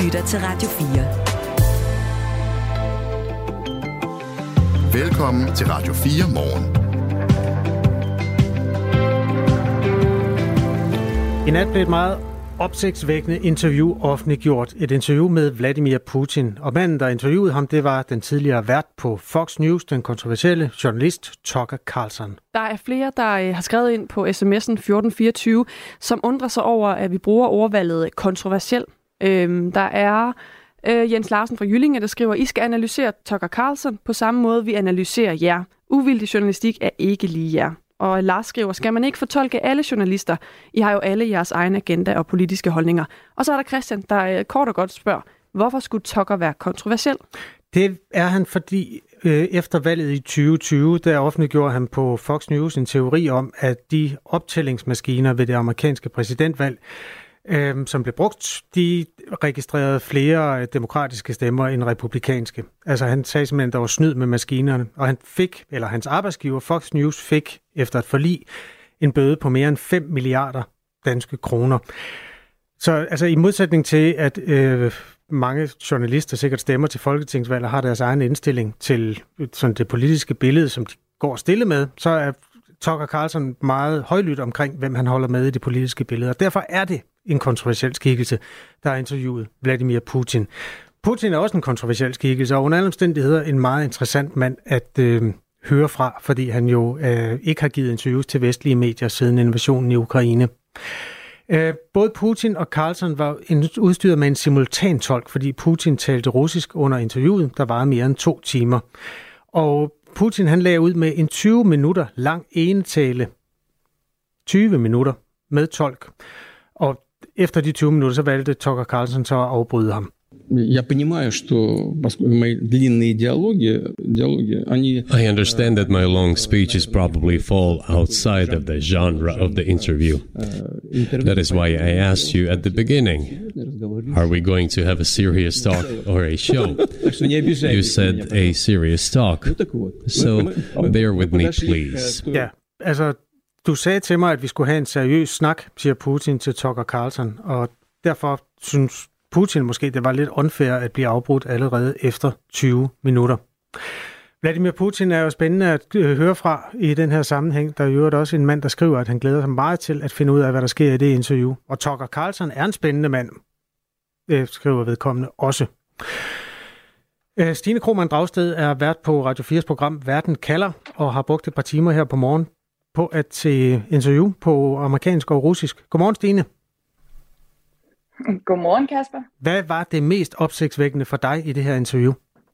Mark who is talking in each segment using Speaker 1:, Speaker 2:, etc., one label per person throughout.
Speaker 1: lytter til Radio 4.
Speaker 2: Velkommen til Radio 4 morgen.
Speaker 3: I nat blev et meget opsigtsvækkende interview offentliggjort. Et interview med Vladimir Putin. Og manden, der interviewede ham, det var den tidligere vært på Fox News, den kontroversielle journalist Tucker Carlson.
Speaker 4: Der er flere, der har skrevet ind på sms'en 1424, som undrer sig over, at vi bruger ordvalget kontroversiel. Der er Jens Larsen fra Jyllinge, der skriver, I skal analysere Tucker Carlson på samme måde, vi analyserer jer. Uvildig journalistik er ikke lige jer. Og Lars skriver, skal man ikke fortolke alle journalister? I har jo alle jeres egen agenda og politiske holdninger. Og så er der Christian, der kort og godt spørger, hvorfor skulle Tucker være kontroversiel?
Speaker 3: Det er han, fordi efter valget i 2020, der offentliggjorde han på Fox News en teori om, at de optællingsmaskiner ved det amerikanske præsidentvalg, som blev brugt, de registrerede flere demokratiske stemmer end republikanske. Altså han sagde simpelthen, at der var snyd med maskinerne, og hans arbejdsgiver Fox News fik efter et forlig en bøde på mere end 5 milliarder danske kroner. Så altså i modsætning til, at mange journalister sikkert stemmer til folketingsvalg og har deres egen indstilling til sådan det politiske billede, som de går stille med, så er Tucker Carlson meget højlydt omkring, hvem han holder med i det politiske billede. Og derfor er det en kontroversiel skikkelse, der har interviewet Vladimir Putin. Putin er også en kontroversiel skikkelse, og under alle omstændigheder en meget interessant mand at høre fra, fordi han jo ikke har givet interviews til vestlige medier siden invasionen i Ukraine. Både Putin og Carlson var udstyret med en simultantolk, fordi Putin talte russisk under interviewet, der varede mere end 2 timer. Og Putin han lagde ud med en 20 minutter lang enetale. 20 minutter med tolk. Og efter de 20 minutter, så valgte Tucker Carlson så at afbryde ham.
Speaker 5: Я понимаю, что мои длинные диалоги, они...
Speaker 6: I understand that my long speeches probably fall outside of the genre of the interview. That is why I asked you at the beginning, are we going to have a serious talk or a show? You said a serious talk. So bear with me, please.
Speaker 3: Ja, altså, du sagde til mig, at vi skulle have en seriøs snak, siger Putin til Tucker Carlson, og derfor synes Putin måske, det var lidt unfair at blive afbrudt allerede efter 20 minutter. Vladimir Putin er jo spændende at høre fra i den her sammenhæng. Der er jo også en mand, der skriver, at han glæder sig meget til at finde ud af, hvad der sker i det interview. Og Tucker Carlson er en spændende mand, skriver vedkommende også. Stine Krohmann Dragsted er vært på Radio 4's program Verden kalder, og har brugt et par timer her på morgen på at se interview på amerikansk og russisk. Godmorgen, Stine.
Speaker 7: Godmorgen, Kasper.
Speaker 3: Hvad var det mest opsigtsvækkende for dig i det her interview?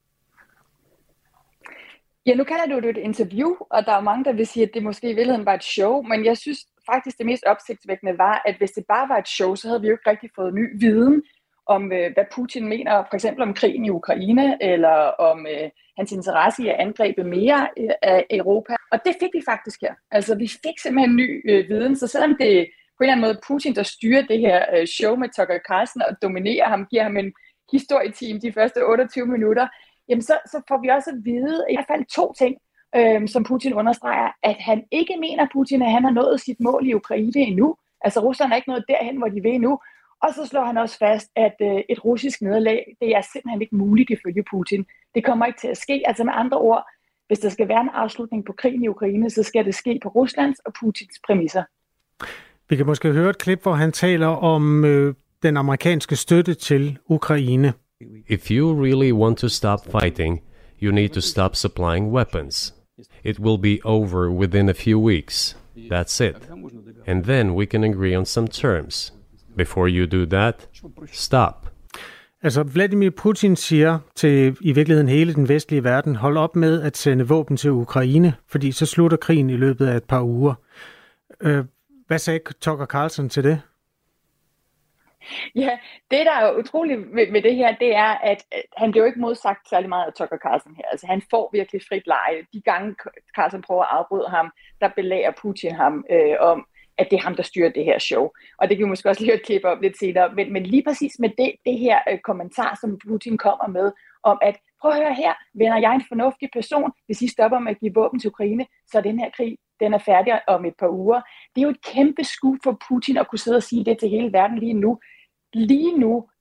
Speaker 7: Ja, nu kalder du det et interview, og der er mange, der vil sige, at det måske i virkeligheden var et show, men jeg synes faktisk, det mest opsigtsvækkende var, at hvis det bare var et show, så havde vi jo ikke rigtig fået ny viden om, hvad Putin mener, for eksempel om krigen i Ukraine, eller om hans interesse i at angribe mere af Europa. Og det fik vi faktisk her. Altså, vi fik simpelthen ny viden, så selvom det på en eller anden måde Putin, der styrer det her show med Tucker Carlson og dominerer ham, giver ham en historietime de første 28 minutter, jamen så får vi også at vide i hvert fald 2 ting, som Putin understreger, at han ikke mener, Putin, at han har nået sit mål i Ukraine endnu. Altså Rusland er ikke nået derhen, hvor de vil endnu. Og så slår han også fast, at et russisk nederlag, det er simpelthen ikke muligt ifølge Putin. Det kommer ikke til at ske. Altså med andre ord, hvis der skal være en afslutning på krigen i Ukraine, så skal det ske på Ruslands og Putins præmisser.
Speaker 3: Vi kan måske høre et klip, hvor han taler om den amerikanske støtte til Ukraine.
Speaker 6: If you really want to stop fighting, you need to stop supplying weapons. It will be over within a few weeks. That's it. And then we can agree on some terms. Before you do that, stop.
Speaker 3: Altså Vladimir Putin siger til i virkeligheden hele den vestlige verden, hold op med at sende våben til Ukraine, fordi så slutter krigen i løbet af et par uger. Hvad sagde Tucker Carlson til det?
Speaker 7: Ja, det der er utroligt ved det her, det er, at han bliver jo ikke modsagt særlig meget af Tucker Carlson her. Altså han får virkelig frit leje. De gange Carlson prøver at afbryde ham, der belærer Putin ham om, at det er ham, der styrer det her show. Og det kan vi måske også lige høre et klip op lidt senere. Men lige præcis med det her kommentar, som Putin kommer med, om at prøv at høre her, venner, jeg er en fornuftig person. Hvis I stopper med at give våben til Ukraine, så er den her krig, den er færdig om et par uger. Det er jo et kæmpe skud for Putin at kunne sidde og sige det til hele verden lige nu. Lige nu,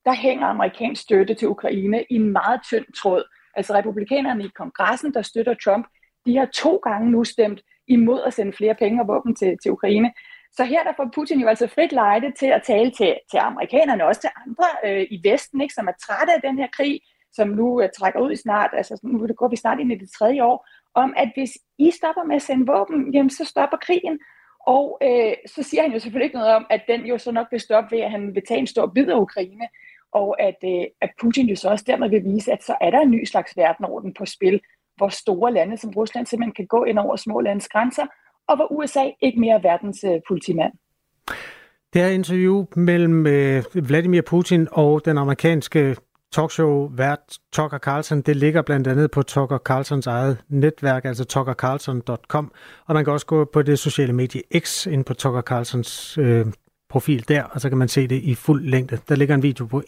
Speaker 7: der hænger amerikansk støtte til Ukraine i en meget tynd tråd. Altså republikanerne i kongressen, der støtter Trump, de har 2 gange nu stemt imod at sende flere penge og våben til Ukraine. Så her der får Putin jo altså frit lejde til at tale til amerikanerne, også til andre i Vesten, ikke, som er trætte af den her krig, som nu trækker ud snart, altså nu går vi snart ind i det 3. år, om at hvis I stopper med at sende våben, jamen så stopper krigen. Og så siger han jo selvfølgelig ikke noget om, at den jo så nok vil stoppe ved, at han vil tage en stor bid af Ukraine, og at Putin jo så også dermed vil vise, at så er der en ny slags verdenorden på spil, hvor store lande som Rusland simpelthen kan gå ind over små landes grænser, og hvor USA ikke mere er verdens politimand.
Speaker 3: Det her interview mellem Vladimir Putin og den amerikanske talkshow-vært Tucker Carlson, det ligger blandt andet på Tucker Carlsons eget netværk, altså tuckercarlson.com, og man kan også gå på det sociale medie X ind på Tucker Carlsons profil der, og så kan man se det i fuld længde. Der ligger en video på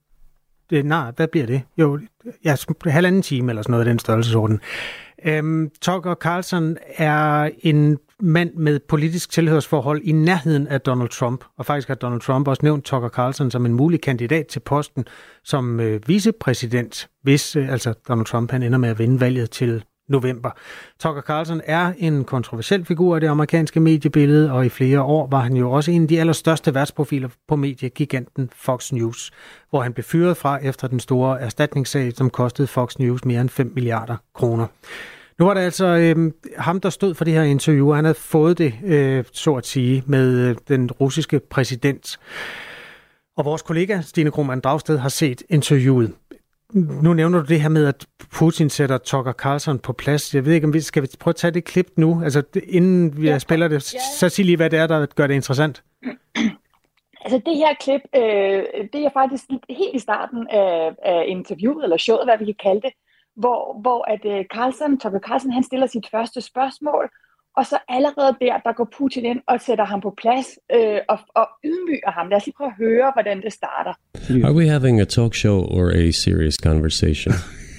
Speaker 3: hvad bliver det? Jo, ja, 1,5 time eller sådan noget af den størrelsesorden. Tucker Carlson er en mand med politisk tilhørsforhold i nærheden af Donald Trump, og faktisk har Donald Trump også nævnt Tucker Carlson som en mulig kandidat til posten som vicepræsident, hvis altså Donald Trump han ender med at vinde valget til november. Tucker Carlson er en kontroversiel figur af det amerikanske mediebillede, og i flere år var han jo også en af de allerstørste værtsprofiler på mediegiganten Fox News, hvor han blev fyret fra efter den store erstatningssag, som kostede Fox News mere end 5 milliarder kroner. Nu var det altså ham, der stod for det her interview. Han havde fået det, så at sige, med den russiske præsident. Og vores kollega, Stine Krohmann Dragsted, har set interviewet. Nu nævner du det her med, at Putin sætter Tucker Carlson på plads. Jeg ved ikke, om vi skal prøve at tage det klip nu, altså inden vi spiller det. Så sig lige, hvad det er, der gør det interessant.
Speaker 7: Altså det her klip, det er faktisk helt i starten af interviewet, eller showet, hvad vi kan kalde det, hvor at Tucker Carlson, han stiller sit første spørgsmål, og så allerede der går Putin ind og sætter ham på plads og ydmyger ham. Lad os lige prøve at høre, hvordan det starter.
Speaker 6: Are we having a talk show or a serious conversation?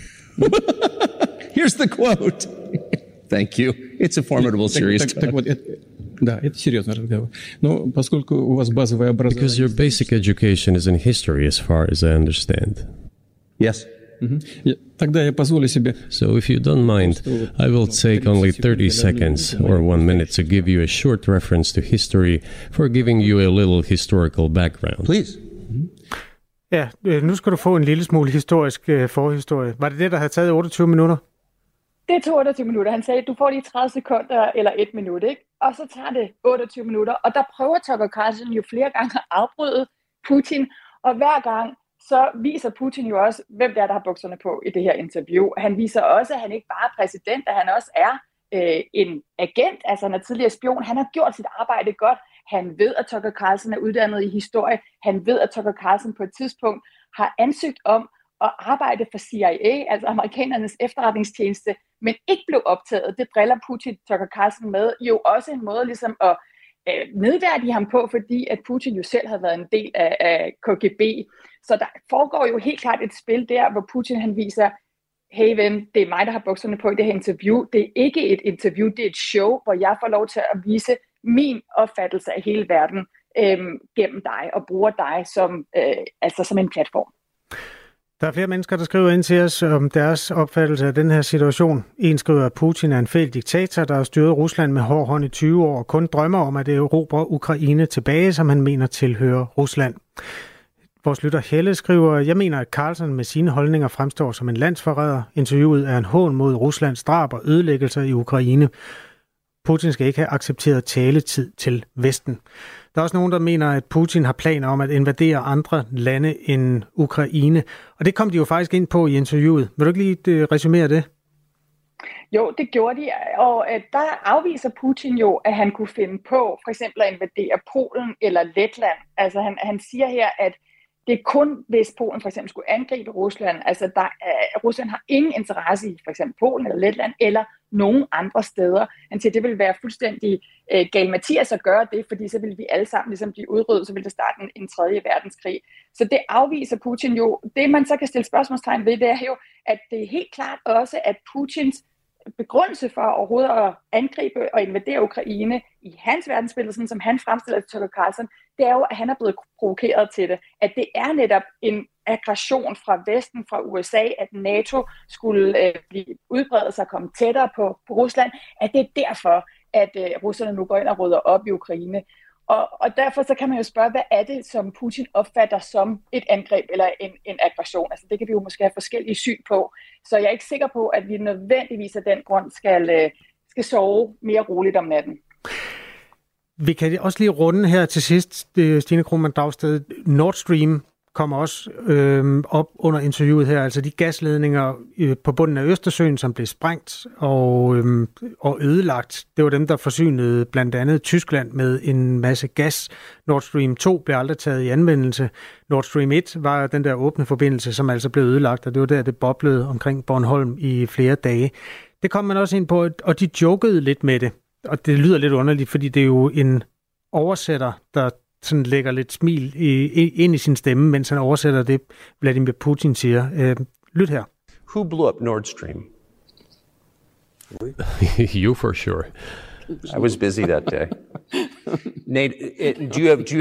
Speaker 1: Here's the quote. Thank you. It's a formidable serious talk.
Speaker 5: Да, это серьезный разговор. Но поскольку у вас базовое образование...
Speaker 6: Because your basic education is in history, as far as I understand.
Speaker 1: Yes.
Speaker 5: Тогда я позволю себе...
Speaker 6: So if you don't mind, I will take only 30 seconds or 1 minute to give you a short reference to history for giving you a little historical background.
Speaker 1: Please.
Speaker 3: Ja, nu skal du få en lille smule historisk forhistorie. Var det det, der havde taget 28 minutter?
Speaker 7: Det tog 28 minutter. Han sagde, du får lige 30 sekunder eller 1 minut, ikke? Og så tager det 28 minutter. Og der prøver Tucker Carlson jo flere gange at afbryde Putin. Og hver gang, så viser Putin jo også, hvem der har bukserne på i det her interview. Han viser også, at han ikke bare er præsident, at han også er en agent, altså han er tidligere spion. Han har gjort sit arbejde godt. Han ved, at Tucker Carlson er uddannet i historie. Han ved, at Tucker Carlson på et tidspunkt har ansøgt om at arbejde for CIA, altså amerikanernes efterretningstjeneste, men ikke blev optaget. Det driller Putin Tucker Carlson med. Jo også en måde ligesom at nedværdige ham på, fordi at Putin jo selv havde været en del af KGB. Så der foregår jo helt klart et spil der, hvor Putin han viser, hey ven, det er mig, der har bukserne på i det her interview. Det er ikke et interview, det er et show, hvor jeg får lov til at vise min opfattelse af hele verden gennem dig og bruger dig som en platform.
Speaker 3: Der er flere mennesker, der skriver ind til os om deres opfattelse af den her situation. En skriver, at Putin er en fæl diktator, der har styret Rusland med hård hånd i 20 år og kun drømmer om, at erobre Ukraine tilbage, som han mener tilhører Rusland. Vores lytter Helle skriver, jeg mener, at Carlson med sine holdninger fremstår som en landsforræder. Interviewet er en hån mod Ruslands drab og ødelæggelser i Ukraine. Putin skal ikke have accepteret taletid til Vesten. Der er også nogen, der mener, at Putin har planer om at invadere andre lande end Ukraine. Og det kom de jo faktisk ind på i interviewet. Vil du ikke lige resumere det?
Speaker 7: Jo, det gjorde de, og der afviser Putin jo, at han kunne finde på for eksempel at invadere Polen eller Letland. Altså han siger her, at det er kun, hvis Polen for eksempel skulle angribe Rusland. Altså Rusland har ingen interesse i for eksempel Polen eller Letland eller nogen andre steder. Han siger, at det vil være fuldstændig galimatias at gøre det, fordi så vil vi alle sammen ligesom blive udryddet, så vil det starte en 3. verdenskrig. Så det afviser Putin jo. Det man så kan stille spørgsmålstegn ved, det er jo, at det er helt klart også, at Putins begrundelse for overhovedet at angribe og invadere Ukraine i hans verdensbillede, sådan som han fremstiller det til Tucker Carlson, det er jo, at han er blevet provokeret til det. At det er netop en aggression fra Vesten, fra USA, at NATO skulle udbrede sig og komme tættere på Rusland, at det er derfor, at russerne nu går ind og rydder op i Ukraine. Og derfor så kan man jo spørge, hvad er det, som Putin opfatter som et angreb eller en aggression? Altså det kan vi jo måske have forskellige syn på. Så jeg er ikke sikker på, at vi nødvendigvis af den grund skal sove mere roligt om natten.
Speaker 3: Vi kan også lige runde her til sidst, Stine Krohmann Dragsted. Nord Stream kommer også op under interviewet her, altså de gasledninger på bunden af Østersøen, som blev sprængt og ødelagt. Det var dem, der forsynede blandt andet Tyskland med en masse gas. Nord Stream 2 blev aldrig taget i anvendelse. Nord Stream 1 var den der åbne forbindelse, som altså blev ødelagt, og det var der, det boblede omkring Bornholm i flere dage. Det kom man også ind på, og de jokede lidt med det. Og det lyder lidt underligt, fordi det er jo en oversætter, der sådan lægger lidt smil ind i sin stemme, mens han oversætter det, Vladimir Putin siger. Lyt her.
Speaker 8: Who blew up Nord Stream?
Speaker 6: You for sure.
Speaker 8: I was busy that day. Nate, do you have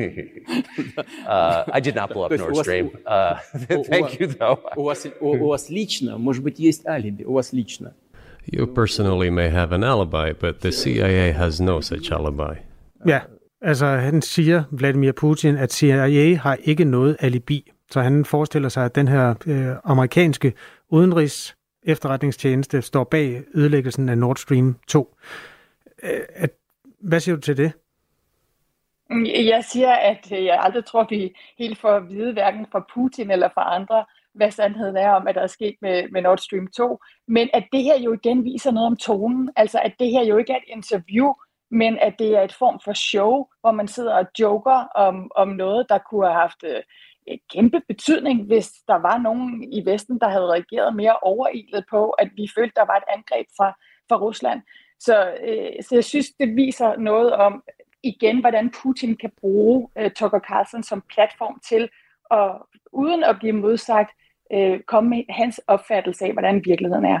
Speaker 8: I did not blow up Nord Stream. Thank you, though.
Speaker 5: У вас лично, может быть, есть алиби, у вас лично.
Speaker 6: You personally may have an alibi, but the CIA has no such alibi.
Speaker 3: Ja, altså han siger, Vladimir Putin, at CIA har ikke noget alibi. Så han forestiller sig, at den her amerikanske udenrigs efterretningstjeneste står bag ødelæggelsen af Nord Stream 2. Hvad siger du til det?
Speaker 7: Jeg siger, at jeg aldrig tror, vi helt får at vide, hverken fra Putin eller fra andre, hvad sandheden er om, at der er sket med Nord Stream 2. Men at det her jo igen viser noget om tonen. Altså at det her jo ikke er et interview, men at det er et form for show, hvor man sidder og joker om noget, der kunne have haft et kæmpe betydning, hvis der var nogen i Vesten, der havde reageret mere overilet på, at vi følte, der var et angreb fra Rusland. Så jeg synes, det viser noget om, igen, hvordan Putin kan bruge Tucker Carlson som platform til, at, uden at blive modsagt, komme med hans opfattelse af, hvordan virkeligheden er.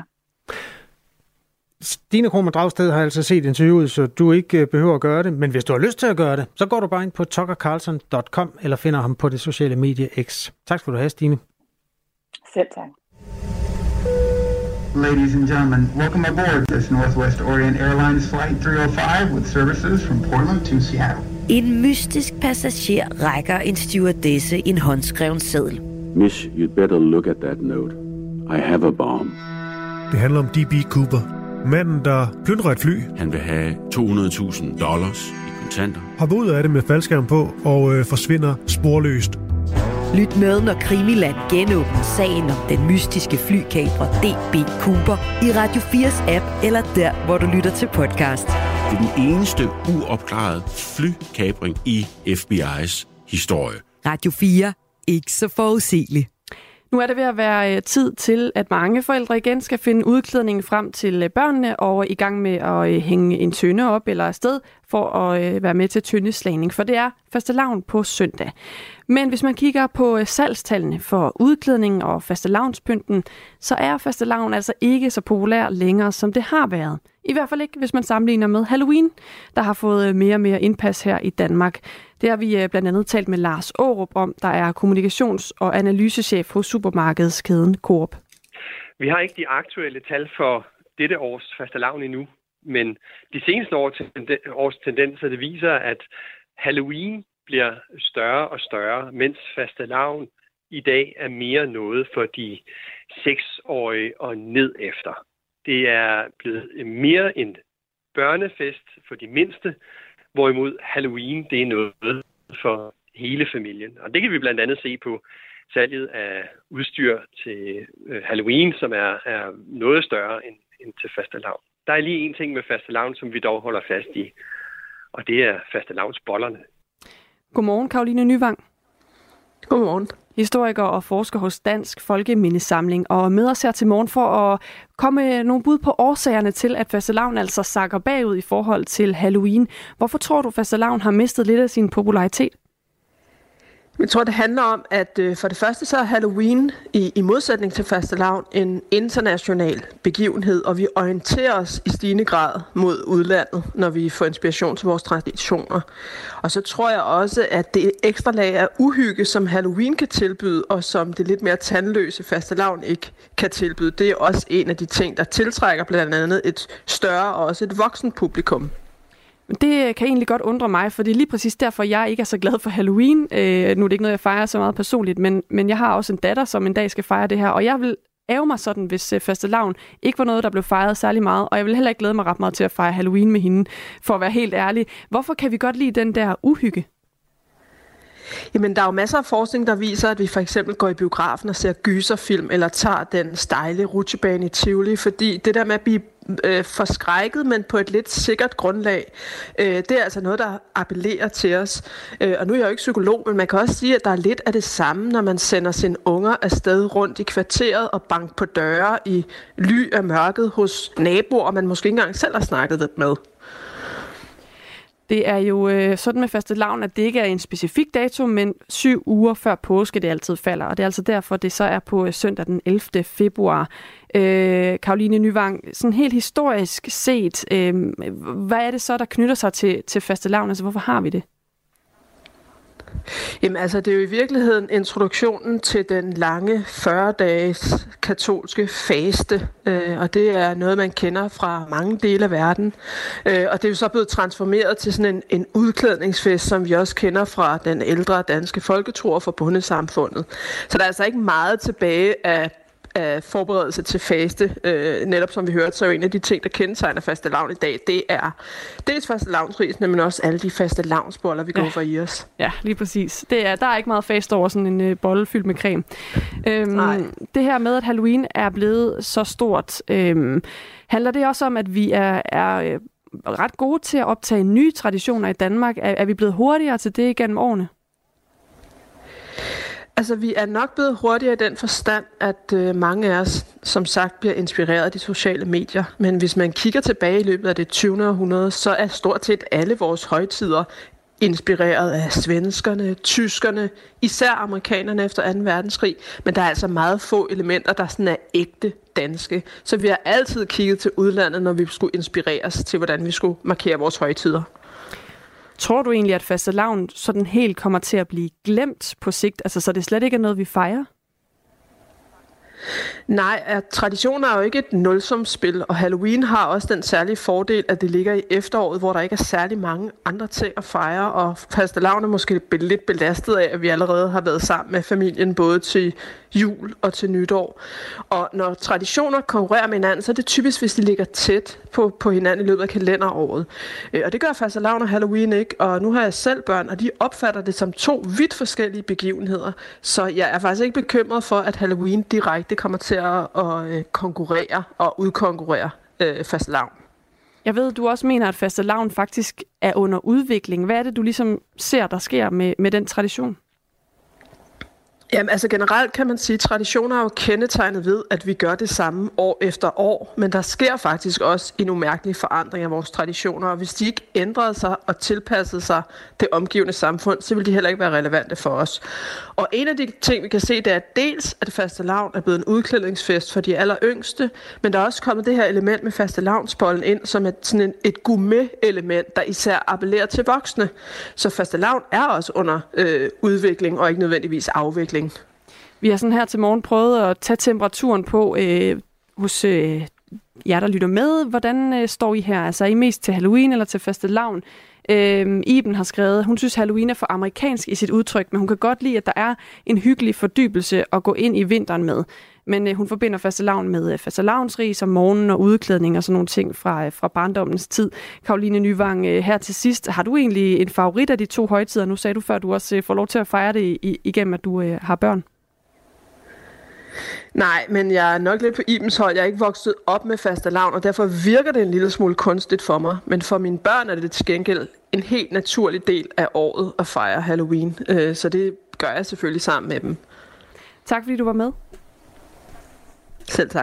Speaker 3: Stine Krohmann Dragsted har altså set interviewet, så du ikke behøver at gøre det. Men hvis du har lyst til at gøre det, så går du bare ind på tuckercarlson.com eller finder ham på det sociale medie X. Tak skal du have, Stine.
Speaker 7: Selv tak.
Speaker 9: Ladies and gentlemen, welcome aboard this Northwest Orient Airlines Flight 305 with services from Portland to Seattle.
Speaker 10: En mystisk passager rækker en stewardesse en håndskreven seddel.
Speaker 11: Miss, you'd better look at that note. I have a bomb.
Speaker 12: Det handler om D.B. Cooper. Manden, der plyndrer et fly.
Speaker 11: Han vil have $200,000 i kontanter.
Speaker 12: Hopper ud af det med faldskærm på og forsvinder sporløst.
Speaker 10: Lyt med, når Krimiland genåbner sagen om den mystiske flykaprer D.B. Cooper i Radio 4's app eller der, hvor du lytter til podcast.
Speaker 11: Det er den eneste uopklarede flykapring i FBI's historie.
Speaker 10: Radio 4. Ikke så forudsigeligt.
Speaker 4: Nu er det ved at være tid til, at mange forældre igen skal finde udklædningen frem til børnene og i gang med at hænge en tønde op eller afsted for at være med til tøndeslagning, for det er fastelavn på søndag. Men hvis man kigger på salgstallene for udklædningen og fastelavnspynten, så er fastelavn altså ikke så populær længere, som det har været. I hvert fald ikke, hvis man sammenligner med Halloween, der har fået mere og mere indpas her i Danmark. Det har vi blandt andet talt med Lars Aarup om, der er kommunikations- og analysechef hos supermarkedskæden Coop.
Speaker 13: Vi har ikke de aktuelle tal for dette års fastelavn endnu, men de seneste års tendenser, det viser, at Halloween bliver større og større, mens fastelavn i dag er mere noget for de 6-årige og ned efter. Det er blevet mere en børnefest for de mindste, hvorimod Halloween det er noget for hele familien. Og det kan vi blandt andet se på salget af udstyr til Halloween, som er noget større end til fastelavn. Der er lige en ting med fastelavn, som vi dog holder fast i, og det er fastelavnsbollerne.
Speaker 4: Godmorgen, Caroline Nyvang.
Speaker 14: Godmorgen.
Speaker 4: Historiker og forsker hos Dansk Folkemindesamling, og med os her til morgen for at komme med nogle bud på årsagerne til, at fastelavn altså sakker bagud i forhold til Halloween. Hvorfor tror du, fastelavn har mistet lidt af sin popularitet?
Speaker 14: Jeg tror, det handler om, at for det første så er Halloween i modsætning til fastelavn en international begivenhed, og vi orienterer os i stigende grad mod udlandet, når vi får inspiration til vores traditioner. Og så tror jeg også, at det ekstra lag af uhygge, som Halloween kan tilbyde, og som det lidt mere tandløse fastelavn ikke kan tilbyde, det er også en af de ting, der tiltrækker blandt andet et større og også et voksen publikum.
Speaker 4: Det kan egentlig godt undre mig, for det er lige præcis derfor, jeg ikke er så glad for Halloween. Nu er det ikke noget, jeg fejrer så meget personligt, men jeg har også en datter, som en dag skal fejre det her, og jeg vil ærge mig sådan, hvis fastelavn ikke var noget, der blev fejret særlig meget, og jeg vil heller ikke glæde mig ret meget til at fejre Halloween med hende, for at være helt ærlig. Hvorfor kan vi godt lide den der uhygge?
Speaker 14: Jamen, der er jo masser af forskning, der viser, at vi for eksempel går i biografen og ser gyserfilm, eller tager den stejle rutsjebane i Tivoli, fordi det der med at blive forskrækket, men på et lidt sikkert grundlag, det er altså noget, der appellerer til os. Og nu er jeg jo ikke psykolog, men man kan også sige, at der er lidt af det samme, når man sender sine unger afsted rundt i kvarteret og banker på døre i ly af mørket hos naboer, man måske ikke engang selv har snakket med.
Speaker 4: Det er jo sådan med fastelavn, at det ikke er en specifik dato, men 7 uger før påske, det altid falder. Og det er altså derfor, det så er på søndag den 11. februar. Caroline Nyvang, sådan helt historisk set, hvad er det så, der knytter sig til fastelavn? Altså, hvorfor har vi det?
Speaker 14: Jamen altså, det er jo i virkeligheden introduktionen til den lange 40-dages katolske faste, og det er noget, man kender fra mange dele af verden. Og det er jo så blevet transformeret til sådan en udklædningsfest, som vi også kender fra den ældre danske folketro og fra bondesamfundet. Så der er altså ikke meget tilbage af forberedelse til faste. Netop som vi hørte, så er jo en af de ting, der kendetegner fastelavn i dag, det er dels fastelavnsrisene, men også alle de fastelavnsboller, vi går for i os.
Speaker 4: Ja, lige præcis. Der er ikke meget fast over sådan en bolle fyldt med creme. Det her med, at Halloween er blevet så stort, handler det også om, at vi er ret gode til at optage nye traditioner i Danmark? Er vi blevet hurtigere til det gennem årene?
Speaker 14: Altså, vi er nok blevet hurtigere i den forstand, at mange af os, som sagt, bliver inspireret af de sociale medier. Men hvis man kigger tilbage i løbet af det 20. århundrede, så er stort set alle vores højtider inspireret af svenskerne, tyskerne, især amerikanerne efter 2. verdenskrig. Men der er altså meget få elementer, der sådan er ægte danske. Så vi har altid kigget til udlandet, når vi skulle inspireres til, hvordan vi skulle markere vores højtider.
Speaker 4: Tror du egentlig, at fastelavn sådan helt kommer til at blive glemt på sigt? Altså, så det slet ikke er noget, vi fejrer?
Speaker 14: Nej, traditioner er jo ikke et nulsumsspil, og Halloween har også den særlige fordel, at det ligger i efteråret, hvor der ikke er særlig mange andre ting at fejre, og fastelavn er måske lidt belastet af, at vi allerede har været sammen med familien både til jul og til nytår. Og når traditioner konkurrerer med hinanden, så er det typisk, hvis de ligger tæt på hinanden i løbet af kalenderåret. Og det gør fastelavn og Halloween ikke, og nu har jeg selv børn, og de opfatter det som 2 vidt forskellige begivenheder. Så jeg er faktisk ikke bekymret for, at Halloween direkte kommer til at konkurrere og udkonkurrere fastelavn.
Speaker 4: Jeg ved, du også mener, at fastelavn faktisk er under udvikling. Hvad er det, du ligesom ser, der sker med den tradition?
Speaker 14: Jamen altså generelt kan man sige, at traditioner er jo kendetegnet ved, at vi gør det samme år efter år, men der sker faktisk også en umærkelig forandring af vores traditioner, og hvis de ikke ændrede sig og tilpassede sig det omgivende samfund, så vil de heller ikke være relevante for os. Og en af de ting, vi kan se, det er dels, at fastelavn er blevet en udklædningsfest for de aller yngste, men der er også kommet det her element med fastelavnsbollen ind, som er sådan et gourmet-element, der især appellerer til voksne. Så fastelavn er også under udvikling og ikke nødvendigvis afvikling.
Speaker 4: Vi har sådan her til morgen prøvet at tage temperaturen på hos jer, der lytter med. Hvordan står I her? Altså er I mest til Halloween eller til fastelavn? Iben har skrevet, hun synes Halloween er for amerikansk i sit udtryk, men hun kan godt lide, at der er en hyggelig fordybelse at gå ind i vinteren med. Men hun forbinder fastelavn med fastelavnsris om morgenen og udklædning og sådan nogle ting fra barndommens tid. Caroline Nyvang, her til sidst, har du egentlig en favorit af de 2 højtider? Nu sagde du før, du også får lov til at fejre det igennem, at du har børn.
Speaker 14: Nej, men jeg er nok lidt på Ibens hold. Jeg er ikke vokset op med fastelavn, og derfor virker det en lille smule kunstigt for mig. Men for mine børn er det til gengæld en helt naturlig del af året at fejre Halloween. Så det gør jeg selvfølgelig sammen med dem.
Speaker 4: Tak fordi du var med.
Speaker 14: Selv tak.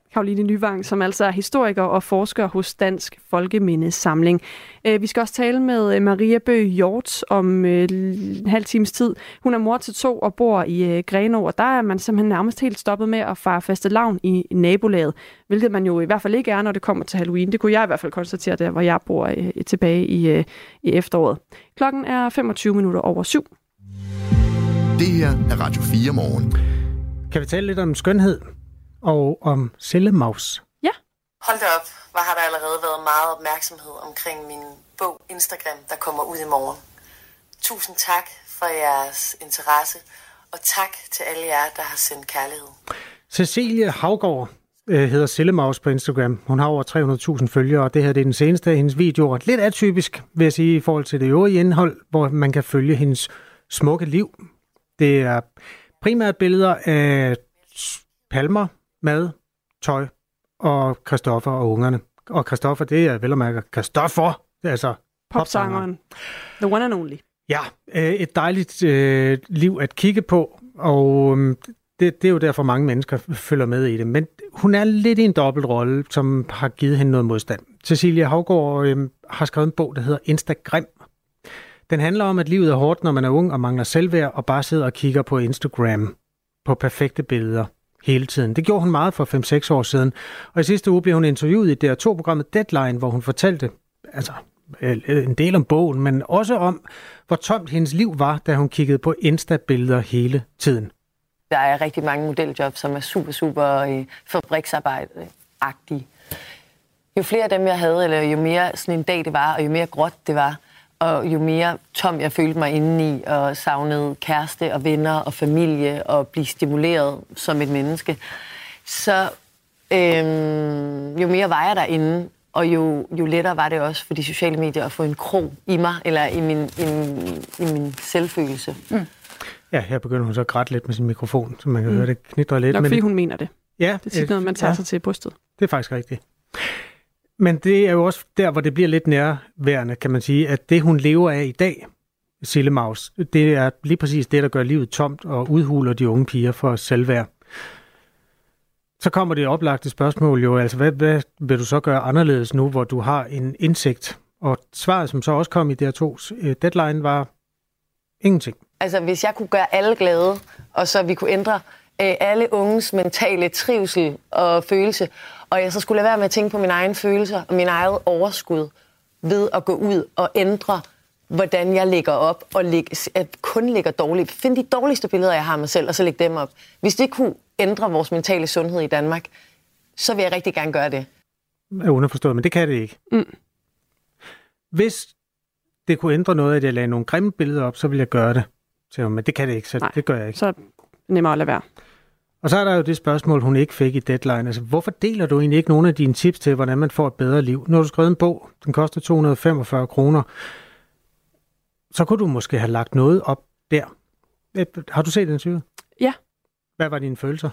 Speaker 4: Caroline Nyvang, som altså er historiker og forsker hos Dansk Folkemindesamling. Vi skal også tale med Maria Bøgh Hjort om en halv times tid. Hun er mor til 2 og bor i Grenaa, og der er man simpelthen nærmest helt stoppet med at fejre fastelavn i nabolaget, hvilket man jo i hvert fald ikke er, når det kommer til Halloween. Det kunne jeg i hvert fald konstatere der, hvor jeg bor tilbage i efteråret. Klokken er 7:25.
Speaker 2: Det her er Radio 4 morgen.
Speaker 3: Kan vi tale lidt om skønhed og om cellemaus?
Speaker 15: Ja. Hold da op, hvor har der allerede været meget opmærksomhed omkring min bog Instagram, der kommer ud i morgen. Tusind tak for jeres interesse, og tak til alle jer, der har sendt kærlighed.
Speaker 3: Cecilie Havgaard hedder Cellemaus på Instagram. Hun har over 300.000 følgere, og det her det er den seneste af hendes videoer. Lidt atypisk, vil jeg sige, i forhold til det øvrige indhold, hvor man kan følge hendes smukke liv. Det er primært billeder af palmer, mad, tøj og Christoffer og ungerne. Og Christoffer, det er vel at mærke Christoffer, altså
Speaker 4: popsangeren. The one and only.
Speaker 3: Ja, et dejligt liv at kigge på, og det er jo derfor mange mennesker følger med i det. Men hun er lidt i en dobbeltrolle, som har givet hende noget modstand. Cecilie Havgaard har skrevet en bog, der hedder Instagram. Den handler om, at livet er hårdt, når man er ung og mangler selvværd, og bare sidder og kigger på Instagram på perfekte billeder hele tiden. Det gjorde hun meget for 5-6 år siden. Og i sidste uge blev hun interviewet i DR2-programmet Deadline, hvor hun fortalte en del om bogen, men også om, hvor tomt hendes liv var, da hun kiggede på Insta-billeder hele tiden.
Speaker 15: Der er rigtig mange modeljobs, som er super fabriksarbejde-agtige. Jo flere af dem jeg havde, eller jo mere sådan en dag det var, og jo mere gråt det var, og jo mere tom jeg følte mig indeni, og savnede kæreste og venner og familie, og blive stimuleret som et menneske, så jo mere var jeg derinde, og jo lettere var det også for de sociale medier at få en krog i mig, eller i min selvfølelse. Mm.
Speaker 3: Ja, her begynder hun så at grætte lidt med sin mikrofon, så man kan høre det knitrer lidt.
Speaker 4: Nok fordi hun mener det.
Speaker 3: Ja,
Speaker 4: det er tit noget, man tager sig til brystet.
Speaker 3: Det er faktisk rigtigt. Men det er jo også der, hvor det bliver lidt nærværende, kan man sige, at det, hun lever af i dag, Cellemaus, det er lige præcis det, der gør livet tomt og udhuler de unge piger for selvværd. Så kommer det oplagte spørgsmål jo, altså hvad vil du så gøre anderledes nu, hvor du har en indsigt? Og svaret, som så også kom i DR2's Deadline, var ingenting.
Speaker 15: Altså, hvis jeg kunne gøre alle glade, og så vi kunne ændre alle unges mentale trivsel og følelse, og jeg så skulle lade være med at tænke på mine egne følelser og min eget overskud ved at gå ud og ændre, hvordan jeg lægger op og kun lægger dårligt. Find de dårligste billeder, jeg har af mig selv, og så lægge dem op. Hvis det kunne ændre vores mentale sundhed i Danmark, så vil jeg rigtig gerne gøre det.
Speaker 3: Er underforstået, men det kan det ikke. Mm. Hvis det kunne ændre noget, at jeg lagde nogle grimme billeder op, så ville jeg gøre det. Men det kan det ikke, så nej, det gør jeg ikke.
Speaker 4: Så nemmere at lade være.
Speaker 3: Og så er der jo det spørgsmål, hun ikke fik i Deadline. Altså, hvorfor deler du egentlig ikke nogle af dine tips til, hvordan man får et bedre liv? Nu har du skrevet en bog, den koster 245 kroner. Så kunne du måske have lagt noget op der. Har du set den syge?
Speaker 4: Ja.
Speaker 3: Hvad var dine følelser?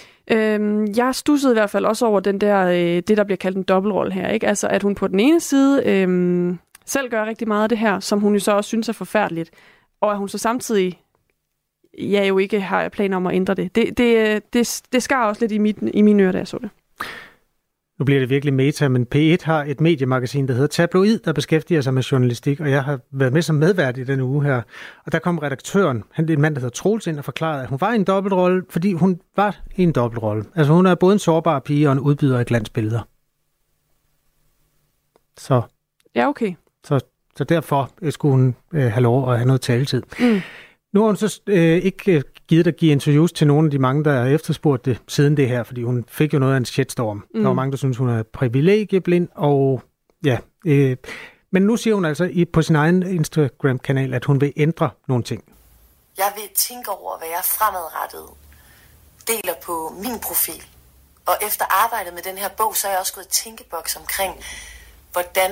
Speaker 4: Jeg stussede i hvert fald også over den der, det der bliver kaldt en dobbeltrolle her. Ikke? Altså, at hun på den ene side selv gør rigtig meget af det her, som hun jo så også synes er forfærdeligt. Og at hun så samtidig jo ikke har planer om at ændre det. Det skar også lidt i mine ører, da jeg så det.
Speaker 3: Nu bliver det virkelig meta, men P1 har et mediemagasin, der hedder Tabloid, der beskæftiger sig med journalistik, og jeg har været med som medvært i den uge her. Og der kom redaktøren, han er en mand, der hedder Troels, ind og forklarede, at hun var i en dobbeltrolle, fordi hun var i en dobbeltrolle. Altså hun er både en sårbar pige og en udbyder af glansbilleder. Så.
Speaker 4: Ja, okay.
Speaker 3: Så derfor skulle hun have lov at have noget taletid. Mm. Nu har hun så ikke givet at give interviews til nogle af de mange, der har efterspurgt det siden det her, fordi hun fik jo noget af en shitstorm. Der var mange, der synes, hun er privilegieblind, og ja. Men nu siger hun altså på sin egen Instagram-kanal, at hun vil ændre nogle ting.
Speaker 15: Jeg vil tænke over, hvad jeg fremadrettet deler på min profil. Og efter arbejdet med den her bog, så er jeg også gået i tænkeboks omkring, hvordan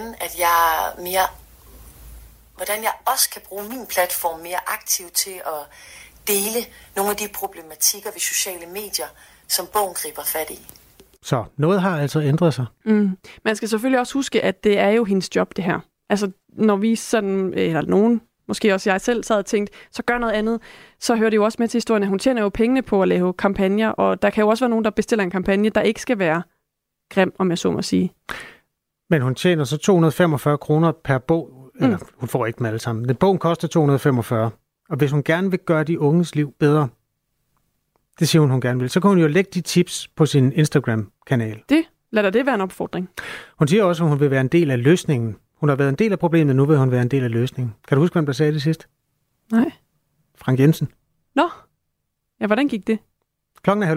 Speaker 15: jeg også kan bruge min platform mere aktivt til at dele nogle af de problematikker ved sociale medier, som bogen griber fat i.
Speaker 3: Så noget har altså ændret sig.
Speaker 4: Man skal selvfølgelig også huske, at det er jo hendes job, det her. Altså, når vi sådan, eller nogen måske også jeg selv sad og tænkte, så gør noget andet. Så hører det jo også med til historien, at hun tjener jo pengene på at lave kampagner, og der kan jo også være nogen, der bestiller en kampagne, der ikke skal være grim, om jeg så må sige.
Speaker 3: Men hun tjener så 245 kroner per bog. Eller, hun får ikke dem alle sammen. Den bogen koster 245. Og hvis hun gerne vil gøre de unges liv bedre, det siger hun gerne vil, så kan hun jo lægge de tips på sin Instagram-kanal.
Speaker 4: Lad det være en opfordring.
Speaker 3: Hun siger også, at hun vil være en del af løsningen. Hun har været en del af problemet, nu vil hun være en del af løsningen. Kan du huske, hvem der sagde det sidst?
Speaker 4: Nej.
Speaker 3: Frank Jensen.
Speaker 4: Nå. Ja, hvordan gik det?
Speaker 3: 7:30.
Speaker 2: Nu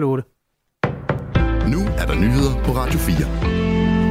Speaker 2: er der nyheder på Radio 4.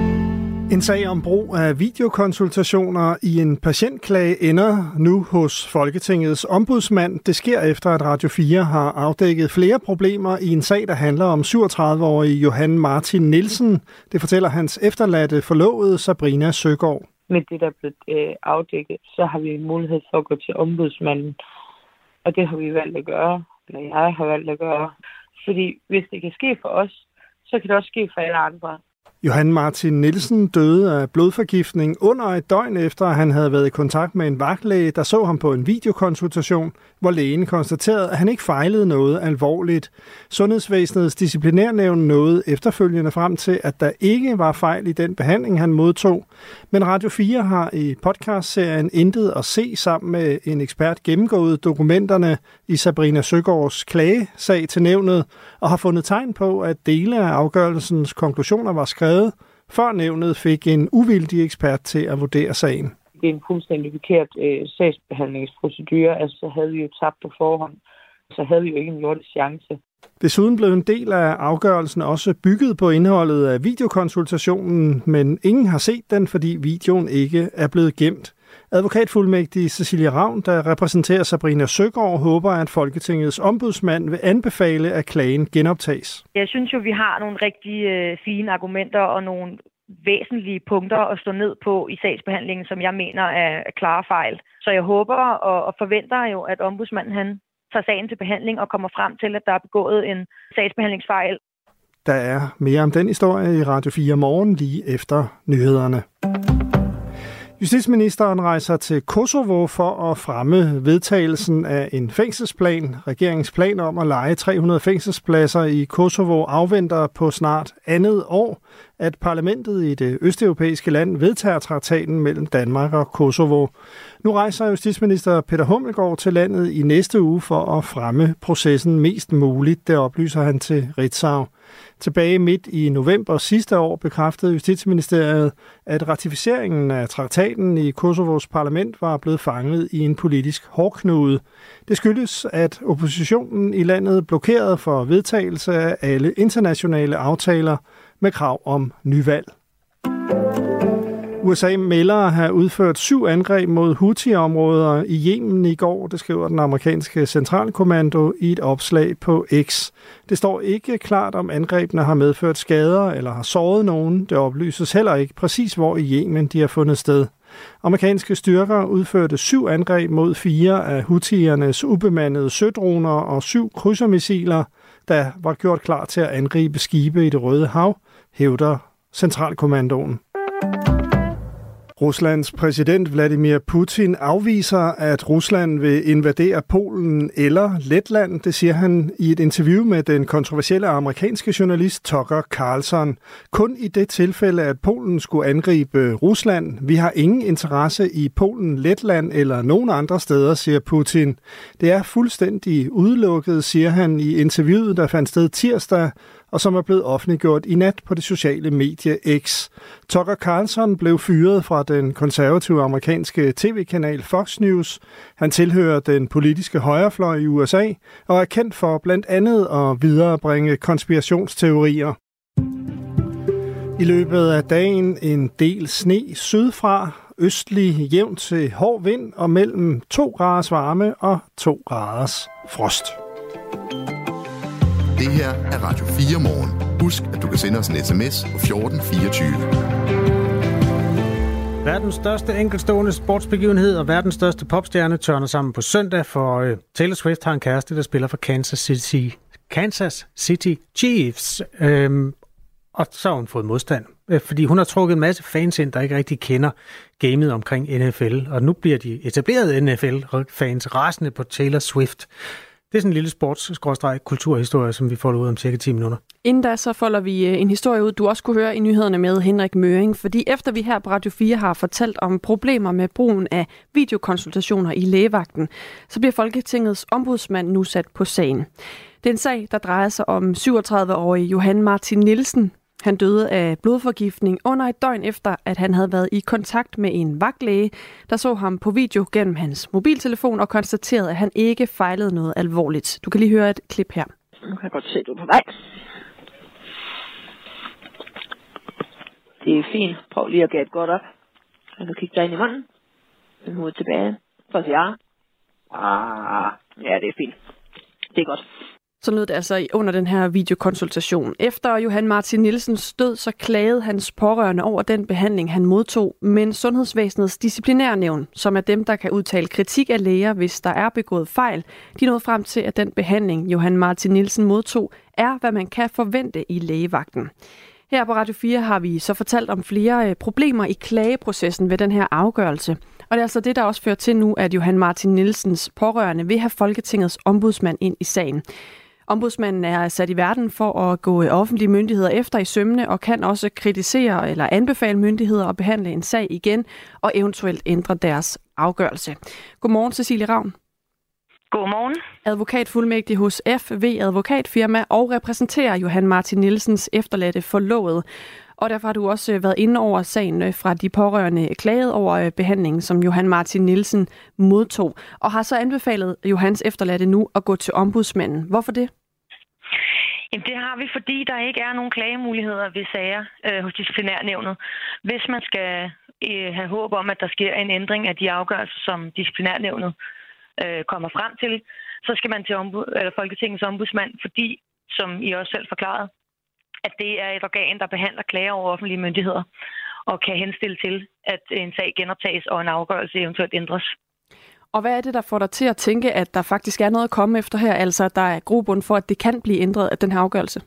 Speaker 16: En sag om brug af videokonsultationer i en patientklage ender nu hos Folketingets ombudsmand. Det sker efter, at Radio 4 har afdækket flere problemer i en sag, der handler om 37-årige Johan Martin Nielsen. Det fortæller hans efterladte forlovede Sabrina Søgaard.
Speaker 17: Med det, der er blevet afdækket, så har vi mulighed for at gå til ombudsmanden. Og det har vi valgt at gøre, eller jeg har valgt at gøre. Fordi hvis det kan ske for os, så kan det også ske for alle andre.
Speaker 16: Johan Martin Nielsen døde af blodforgiftning under et døgn efter, at han havde været i kontakt med en vagtlæge, der så ham på en videokonsultation, hvor lægen konstaterede, at han ikke fejlede noget alvorligt. Sundhedsvæsenets disciplinærnævn nåede efterfølgende frem til, at der ikke var fejl i den behandling, han modtog. Men Radio 4 har i podcastserien Intet at se sammen med en ekspert gennemgået dokumenterne i Sabrina Søgaards klagesag til nævnet, og har fundet tegn på, at dele af afgørelsens konklusioner var skrevet, før nævnet fik en uvildig ekspert til at vurdere sagen.
Speaker 17: Det er en fuldstændig forkert sagsbehandlingsprocedure. Altså, så havde vi jo tabt på forhånd. Så havde vi jo ikke en jordisk chance.
Speaker 16: Desuden blev en del af afgørelsen også bygget på indholdet af videokonsultationen, men ingen har set den, fordi videoen ikke er blevet gemt. Advokatfuldmægtig Cecilie Ravn, der repræsenterer Sabrina Søgaard, håber, at Folketingets ombudsmand vil anbefale, at klagen genoptages.
Speaker 18: Jeg synes jo, vi har nogle rigtig fine argumenter og nogle væsentlige punkter at stå ned på i sagsbehandlingen, som jeg mener er klare fejl. Så jeg håber og forventer jo, at ombudsmanden han tager sagen til behandling og kommer frem til, at der er begået en sagsbehandlingsfejl.
Speaker 16: Der er mere om den historie i Radio 4 morgen lige efter nyhederne. Justitsministeren rejser til Kosovo for at fremme vedtagelsen af en fængselsplan. Regeringens plan om at leje 300 fængselspladser i Kosovo afventer på snart andet år, at parlamentet i det østeuropæiske land vedtager traktaten mellem Danmark og Kosovo. Nu rejser justitsminister Peter Hummelgaard til landet i næste uge for at fremme processen mest muligt, det oplyser han til Ritzau. Tilbage midt i november sidste år bekræftede Justitsministeriet, at ratificeringen af traktaten i Kosovos parlament var blevet fanget i en politisk hårdknude. Det skyldes, at oppositionen i landet blokerede for vedtagelse af alle internationale aftaler med krav om nyvalg. USA melder at have udført 7 angreb mod Houthi-områder i Yemen i går, det skriver den amerikanske centralkommando i et opslag på X. Det står ikke klart, om angrebene har medført skader eller har såret nogen. Det oplyses heller ikke præcis, hvor i Yemen de har fundet sted. Amerikanske styrker udførte 7 angreb mod 4 af Houthiernes ubemandede sødroner og 7 krydsermissiler, der var gjort klar til at angribe skibe i Det Røde Hav, hævder centralkommandoen. Ruslands præsident Vladimir Putin afviser, at Rusland vil invadere Polen eller Letland. Det siger han i et interview med den kontroversielle amerikanske journalist Tucker Carlson. Kun i det tilfælde, at Polen skulle angribe Rusland. Vi har ingen interesse i Polen, Letland eller nogen andre steder, siger Putin. Det er fuldstændig udelukket, siger han i interviewet, der fandt sted tirsdag, og som er blevet offentliggjort i nat på det sociale medie X. Tucker Carlson blev fyret fra den konservative amerikanske tv-kanal Fox News. Han tilhører den politiske højrefløj i USA og er kendt for blandt andet at viderebringe konspirationsteorier. I løbet af dagen en del sne sydfra, østlig jævn til hård vind og mellem 2 graders varme og 2 graders frost.
Speaker 2: Det her er Radio 4 morgen. Husk, at du kan sende os en sms på 1424.
Speaker 3: Verdens største enkeltstående sportsbegivenhed og verdens største popstjerne tørner sammen på søndag, for Taylor Swift har en kæreste, der spiller for Kansas City Chiefs. Og så har hun fået modstand, fordi hun har trukket en masse fans ind, der ikke rigtig kender gamet omkring NFL. Og nu bliver de etablerede NFL-fans rasende på Taylor Swift. Det er sådan en lille sports-kulturhistorie, som vi får ud om cirka 10 minutter.
Speaker 4: Inden da, så folder vi en historie ud, du også kunne høre i nyhederne med Henrik Møring. Fordi efter vi her på Radio 4 har fortalt om problemer med brugen af videokonsultationer i lægevagten, så bliver Folketingets ombudsmand nu sat på sagen. Det er en sag, der drejer sig om 37-årige Johan Martin Nielsen. Han døde af blodforgiftning under et døgn efter, at han havde været i kontakt med en vagtlæge, der så ham på video gennem hans mobiltelefon og konstaterede, at han ikke fejlede noget alvorligt. Du kan lige høre et klip her.
Speaker 19: Nu kan jeg godt se, at du er på vej. Det er fint. Prøv lige at gætte godt op. Og så kig dig ind i munden. Den hovedet tilbage. For at sige ja. Ja, det er fint. Det er godt.
Speaker 4: Så lød det altså under den her videokonsultation. Efter Johan Martin Nielsens død, så klagede hans pårørende over den behandling, han modtog. Men Sundhedsvæsenets disciplinærnævn, som er dem, der kan udtale kritik af læger, hvis der er begået fejl, de nåede frem til, at den behandling, Johan Martin Nielsen modtog, er, hvad man kan forvente i lægevagten. Her på Radio 4 har vi så fortalt om flere problemer i klageprocessen ved den her afgørelse. Og det er altså det, der også fører til nu, at Johan Martin Nielsens pårørende vil have Folketingets ombudsmand ind i sagen. Ombudsmanden er sat i verden for at gå offentlige myndigheder efter i sømmene og kan også kritisere eller anbefale myndigheder at behandle en sag igen og eventuelt ændre deres afgørelse. Godmorgen, Cecilie Ravn.
Speaker 18: Godmorgen.
Speaker 4: Advokatfuldmægtig hos FV Advokatfirma og repræsenterer Johan Martin Nielsens efterladte forlovede. Og derfor har du også været inde over sagen fra de pårørende klaget over behandlingen, som Johan Martin Nielsen modtog, og har så anbefalet Johans efterladte nu at gå til ombudsmanden. Hvorfor det?
Speaker 18: Jamen, det har vi, fordi der ikke er nogen klagemuligheder ved sager hos disciplinærnævnet. Hvis man skal have håb om, at der sker en ændring af de afgørelser, som disciplinærnævnet kommer frem til, så skal man til Folketingets ombudsmand, fordi, som I også selv forklarede, at det er et organ, der behandler klager over offentlige myndigheder og kan henstille til, at en sag genoptages og en afgørelse eventuelt ændres.
Speaker 4: Og hvad er det, der får dig til at tænke, at der faktisk er noget at komme efter her, altså at der er grobund for, at det kan blive ændret af den her afgørelse?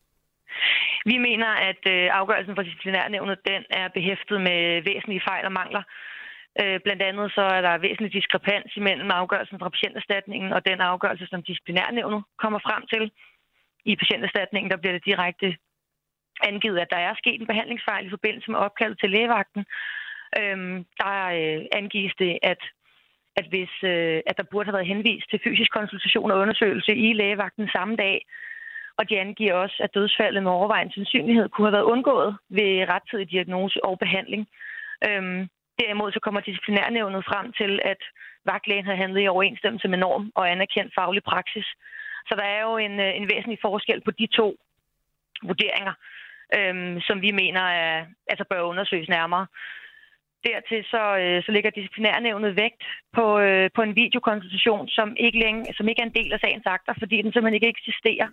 Speaker 18: Vi mener, at afgørelsen fra disciplinærnævnet, den er behæftet med væsentlige fejl og mangler. Blandt andet så er der væsentlig diskrepans imellem afgørelsen fra patienterstatningen og den afgørelse, som disciplinærnævnet kommer frem til. I patienterstatningen, der bliver det direkte angivet, at der er sket en behandlingsfejl i forbindelse med opkaldet til lægevagten. Der angives det, at hvis at der burde have været henvist til fysisk konsultation og undersøgelse i lægevagten samme dag, og de angiver også, at dødsfaldet med overvejende sandsynlighed kunne have været undgået ved rettidig diagnose og behandling. Derimod så kommer disciplinærnævnet frem til, at vagtlægen har handlet i overensstemmelse med norm og anerkendt faglig praksis. Så der er jo en væsentlig forskel på de to vurderinger, som vi mener bør undersøges nærmere. Dertil så ligger disciplinærnævnet vægt på en videokonsultation, som ikke er en del af sagens akter, fordi den simpelthen ikke eksisterer.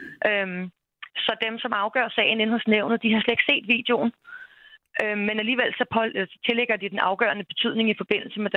Speaker 18: Så dem, som afgør sagen inde hos nævnet, de har slet ikke set videoen. Men alligevel så tillægger de den afgørende betydning i forbindelse med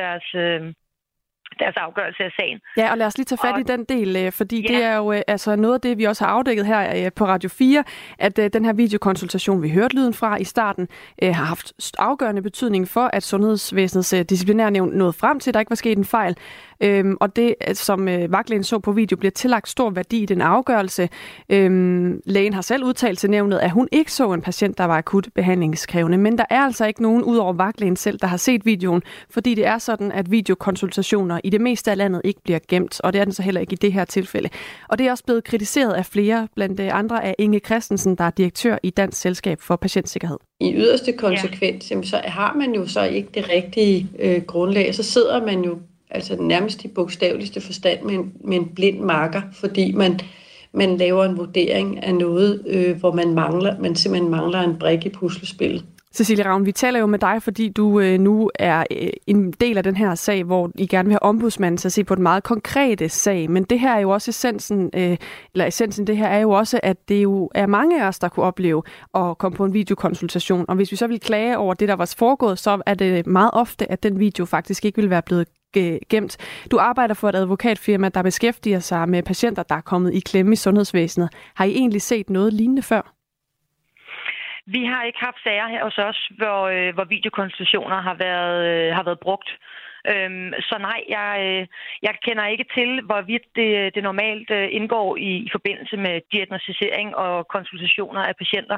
Speaker 18: deres afgørelse af sagen.
Speaker 4: Ja, og lad os lige tage fat i den del, fordi det er jo altså noget af det, vi også har afdækket her på Radio 4, at den her videokonsultation, vi hørte lyden fra i starten, har haft afgørende betydning for, at Sundhedsvæsenets disciplinærnævn nåede frem til, at der ikke var sket en fejl. Og det, som vagtlægen så på video, bliver tillagt stor værdi i den afgørelse. Lægen har selv udtalt til nævnet, at hun ikke så en patient, der var akut behandlingskrævende, men der er altså ikke nogen ud over vagtlægen selv, der har set videoen, fordi det er sådan, at videokonsultationer i det meste af landet ikke bliver gemt, og det er den så heller ikke i det her tilfælde. Og det er også blevet kritiseret af flere, blandt andre af Inge Christensen, der er direktør i Dansk Selskab for Patientsikkerhed.
Speaker 20: I yderste konsekvens, så har man jo så ikke det rigtige grundlag, så sidder man jo altså nærmest i bogstaveligste forstand med en blind marker, fordi man laver en vurdering af noget, hvor man simpelthen mangler en brik i puslespillet.
Speaker 4: Cecilie Ravn, vi taler jo med dig, fordi du nu er en del af den her sag, hvor I gerne vil have ombudsmanden til at se på den meget konkrete sag. Men det her er jo også essensen det her er jo også, at det jo er mange af os, der kunne opleve at komme på en videokonsultation. Og hvis vi så vil klage over det, der var foregået, så er det meget ofte, at den video faktisk ikke vil være blevet gemt. Du arbejder for et advokatfirma, der beskæftiger sig med patienter, der er kommet i klemme i sundhedsvæsenet. Har I egentlig set noget lignende før?
Speaker 18: Vi har ikke haft sager her hos os, hvor videokonsultationer har været brugt. Så nej, jeg kender ikke til, hvorvidt det normalt indgår i forbindelse med diagnostisering og konsultationer af patienter.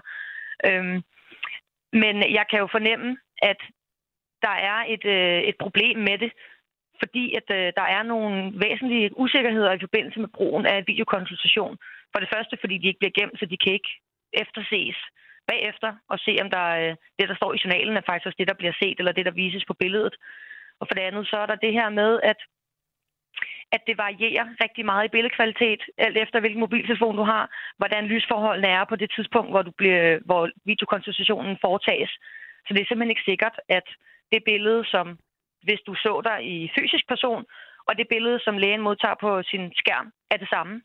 Speaker 18: Men jeg kan jo fornemme, at der er et problem med det, fordi at der er nogle væsentlige usikkerheder i forbindelse med brugen af videokonsultation. For det første, fordi de ikke bliver gemt, så de kan ikke efterses bagefter og se, om det, der står i journalen, er faktisk også det, der bliver set, eller det, der vises på billedet. Og for det andet, så er der det her med, at det varierer rigtig meget i billedkvalitet, alt efter hvilken mobiltelefon du har, hvordan lysforholdene er på det tidspunkt, hvor videokonsultationen foretages. Så det er simpelthen ikke sikkert, at det billede, som hvis du så dig i fysisk person, og det billede, som lægen modtager på sin skærm, er det samme.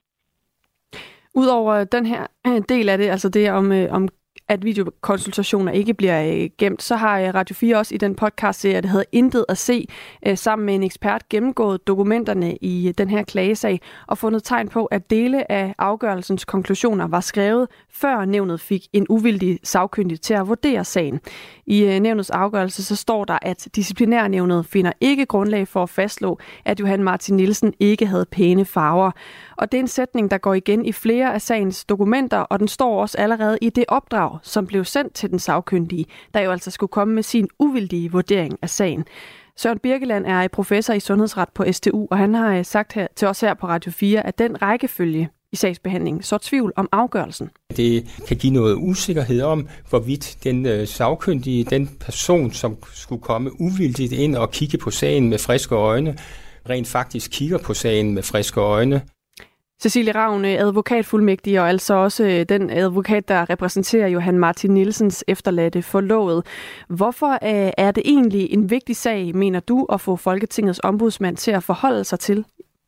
Speaker 4: Udover den her del af det, altså det om at videokonsultationer ikke bliver gemt, så har Radio 4 også i den podcast-serie, der hedder Intet at se, sammen med en ekspert gennemgået dokumenterne i den her klagesag og fundet tegn på, at dele af afgørelsens konklusioner var skrevet, før nævnet fik en uvildig sagkyndig til at vurdere sagen. I nævnets afgørelse så står der, at disciplinærnævnet finder ikke grundlag for at fastslå, at Johan Martin Nielsen ikke havde pæne farver. Og det er en sætning, der går igen i flere af sagens dokumenter, og den står også allerede i det opdrag, som blev sendt til den sagkyndige, der jo altså skulle komme med sin uvildige vurdering af sagen. Søren Birkeland er professor i sundhedsret på SDU, og han har sagt til os her på Radio 4, at den rækkefølge i sagsbehandlingen så tvivl om afgørelsen.
Speaker 21: Det kan give noget usikkerhed om, hvorvidt den sagkyndige, den person, som skulle komme uvildigt ind og kigge på sagen med friske øjne, rent faktisk kigger på sagen med friske øjne.
Speaker 4: Cecilie Ravn, advokatfuldmægtig og altså også den advokat, der repræsenterer Johan Martin Nielsens efterladte forlovede. Hvorfor er det egentlig en vigtig sag, mener du, at få Folketingets ombudsmand til at forholde sig til?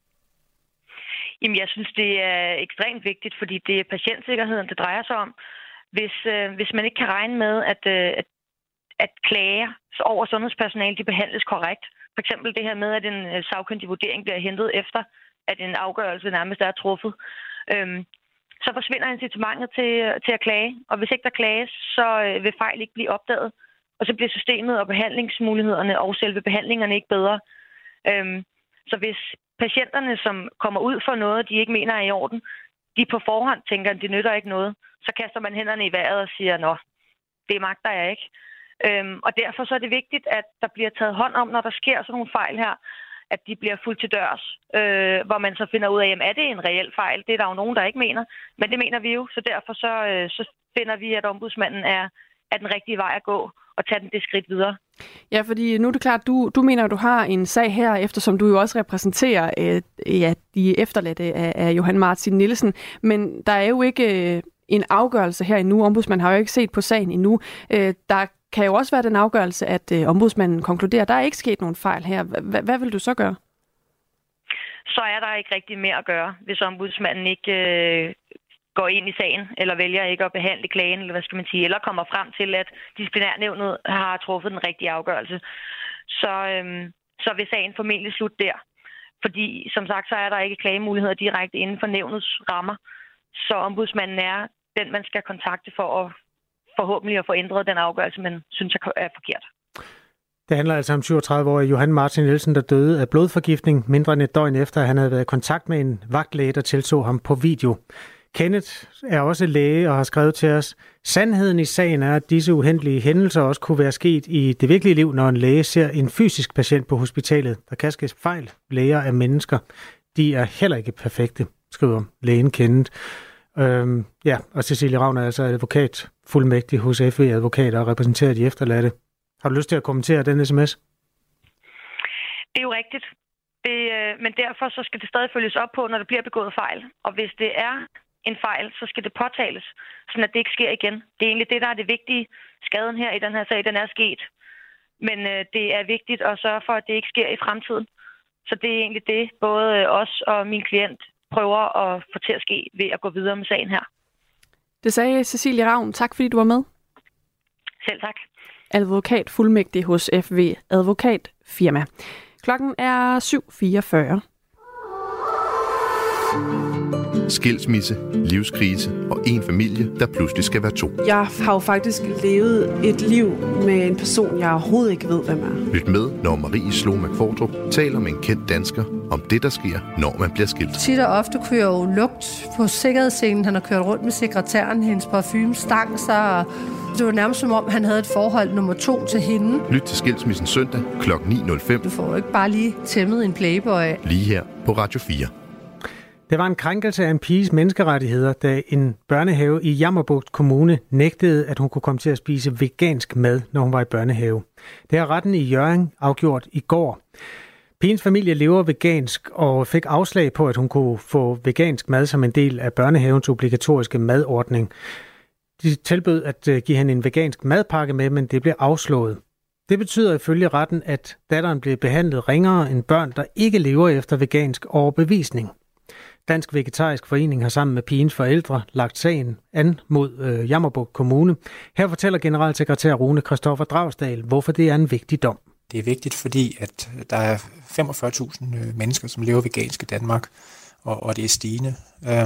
Speaker 18: Jamen, jeg synes, det er ekstremt vigtigt, fordi det er patientsikkerheden, det drejer sig om. Hvis man ikke kan regne med, at klager over sundhedspersonale, de behandles korrekt. For eksempel det her med, at en sagkyndig vurdering bliver hentet efter, at en afgørelse nærmest er truffet, så forsvinder incitamentet til at klage. Og hvis ikke der klages, så vil fejl ikke blive opdaget. Og så bliver systemet og behandlingsmulighederne og selve behandlingerne ikke bedre. Så hvis patienterne, som kommer ud for noget, de ikke mener er i orden, de på forhånd tænker, at de nytter ikke noget, så kaster man hænderne i vejret og siger, nå, det magter jeg ikke. Og derfor så er det vigtigt, at der bliver taget hånd om, når der sker sådan nogle fejl her, at de bliver fuldt til dørs, hvor man så finder ud af, jamen, er det en reel fejl? Det er der jo nogen, der ikke mener, men det mener vi jo, så derfor så finder vi, at ombudsmanden er den rigtige vej at gå og tage den det skridt videre.
Speaker 4: Ja, fordi nu er det klart, du mener, at du har en sag her, eftersom du jo også repræsenterer de efterladte af Johan Martin Nielsen, men der er jo ikke en afgørelse her endnu. Ombudsmanden har jo ikke set på sagen endnu. Der kan jo også være den afgørelse, at ombudsmanden konkluderer, at der er ikke sket nogen fejl her. Hvad vil du så gøre?
Speaker 18: Så er der ikke rigtig mere at gøre, hvis ombudsmanden ikke går ind i sagen, eller vælger ikke at behandle klagen, eller hvad skal man sige, eller kommer frem til, at disciplinærnævnet har truffet den rigtige afgørelse. Så vil sagen formentlig slutte der. Fordi, som sagt, så er der ikke klagemuligheder direkte inden for nævnets rammer. Så ombudsmanden er den, man skal kontakte for at forhåbentlig at få ændret den afgørelse, man synes er forkert.
Speaker 3: Det handler altså om 37-årige Johan Martin Nielsen, der døde af blodforgiftning mindre end et døgn efter, at han havde været i kontakt med en vagtlæge, der tilså ham på video. Kenneth er også læge og har skrevet til os, sandheden i sagen er, at disse uheldige hændelser også kunne være sket i det virkelige liv, når en læge ser en fysisk patient på hospitalet. Der kan ske fejl. Læger er mennesker. De er heller ikke perfekte, skriver lægen Kenneth. Og Cecilie Ravn er altså advokat fuldmægtig hos FV Advokater og repræsenterer de efterladte. Har du lyst til at kommentere den sms?
Speaker 18: Det er jo rigtigt. Men derfor så skal det stadig følges op på, når der bliver begået fejl. Og hvis det er en fejl, så skal det påtales, sådan at det ikke sker igen. Det er egentlig det, der er det vigtige. Skaden her i den her sag, den er sket. Men det er vigtigt at sørge for, at det ikke sker i fremtiden. Så det er egentlig det, både os og min klient prøver at få til at ske ved at gå videre med sagen her.
Speaker 4: Det sagde Cecilie Ravn. Tak fordi du var med.
Speaker 18: Selv tak.
Speaker 4: Advokat fuldmægtig hos FV Advokatfirma. Klokken er 7:44.
Speaker 2: skilsmisse, livskrise og en familie, der pludselig skal være 2.
Speaker 1: Jeg har jo faktisk levet et liv med en person, jeg overhovedet ikke ved, hvem er.
Speaker 2: Lyt med, når Marie Sloma Kvartrup taler med en kendt dansker om det, der sker, når man bliver skilt.
Speaker 22: Tit og ofte kunne jeg jo lugt på sikkerhedsscenen. Han har kørt rundt med sekretæren, hendes parfume stank sig, og det var nærmest som om, han havde et forhold nummer 2 til hende.
Speaker 2: Lyt til Skilsmissen søndag kl. 9.05.
Speaker 22: Du får jo ikke bare lige tæmmet en playboy.
Speaker 2: Lige her på Radio 4.
Speaker 3: Det var en krænkelse af en piges menneskerettigheder, da en børnehave i Jammerbugt Kommune nægtede, at hun kunne komme til at spise vegansk mad, når hun var i børnehave. Det har retten i Hjørring afgjort i går. Pigens familie lever vegansk og fik afslag på, at hun kunne få vegansk mad som en del af børnehavens obligatoriske madordning. De tilbød at give hende en vegansk madpakke med, men det blev afslået. Det betyder ifølge retten, at datteren blev behandlet ringere end børn, der ikke lever efter vegansk overbevisning. Dansk Vegetarisk Forening har sammen med pigens forældre lagt sagen an mod Jammerbugt Kommune. Her fortæller generalsekretær Rune Christoffer Dragsdal, hvorfor det er en vigtig dom.
Speaker 23: Det er vigtigt, fordi at der er 45.000 mennesker, som lever vegansk i Danmark, og det er stigende.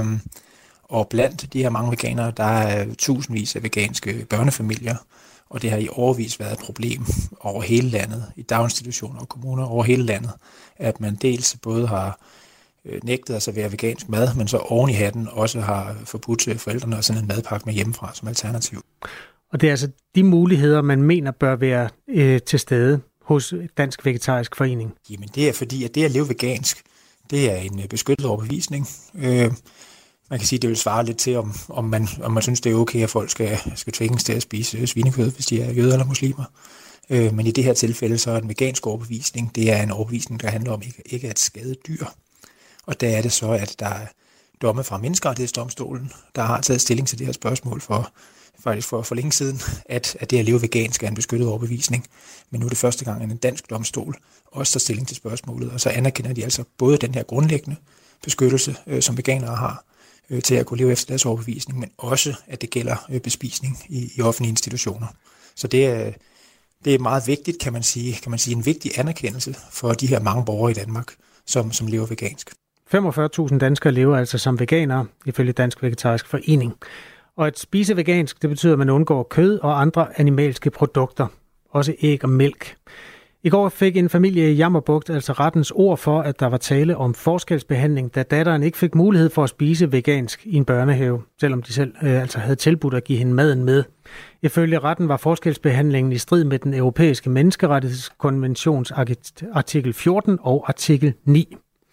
Speaker 23: Og blandt de her mange veganere, der er tusindvis af veganske børnefamilier, og det har i årevis været et problem over hele landet, i daginstitutioner og kommuner over hele landet, at man dels både har nægtet at servere vegansk mad, men så oven i hatten også har forbudt forældrene at sende en madpakke med hjemmefra som alternativ.
Speaker 3: Og det er altså de muligheder, man mener bør være til stede hos Dansk Vegetarisk Forening?
Speaker 23: Jamen det er fordi, at det at leve vegansk, det er en beskyttet overbevisning. Man kan sige, at det vil svare lidt til, om man synes, det er okay, at folk skal tvinges til at spise svinekød, hvis de er jøder eller muslimer. Men i det her tilfælde, så er en vegansk overbevisning, det er en overbevisning, der handler om ikke at skade dyr. Og der er det så, at der er domme fra Menneskerettighedsdomstolen, der har taget stilling til det her spørgsmål for længe siden, at det at leve vegansk er en beskyttet overbevisning. Men nu er det første gang, at en dansk domstol også tager stilling til spørgsmålet, og så anerkender de altså både den her grundlæggende beskyttelse, som veganere har, til at kunne leve efter deres overbevisning, men også, at det gælder bespisning i offentlige institutioner. Så det er meget vigtigt, kan man sige, en vigtig anerkendelse for de her mange borgere i Danmark, som lever vegansk.
Speaker 3: 45.000 danskere lever altså som veganere, ifølge Dansk Vegetarisk Forening. Og at spise vegansk, det betyder, at man undgår kød og andre animalske produkter, også æg og mælk. I går fik en familie i Jammerbugt altså rettens ord for, at der var tale om forskelsbehandling, da datteren ikke fik mulighed for at spise vegansk i en børnehave, selvom de selv altså havde tilbudt at give hende maden med. Ifølge retten var forskelsbehandlingen i strid med den europæiske menneskerettighedskonventions artikel 14 og artikel 9.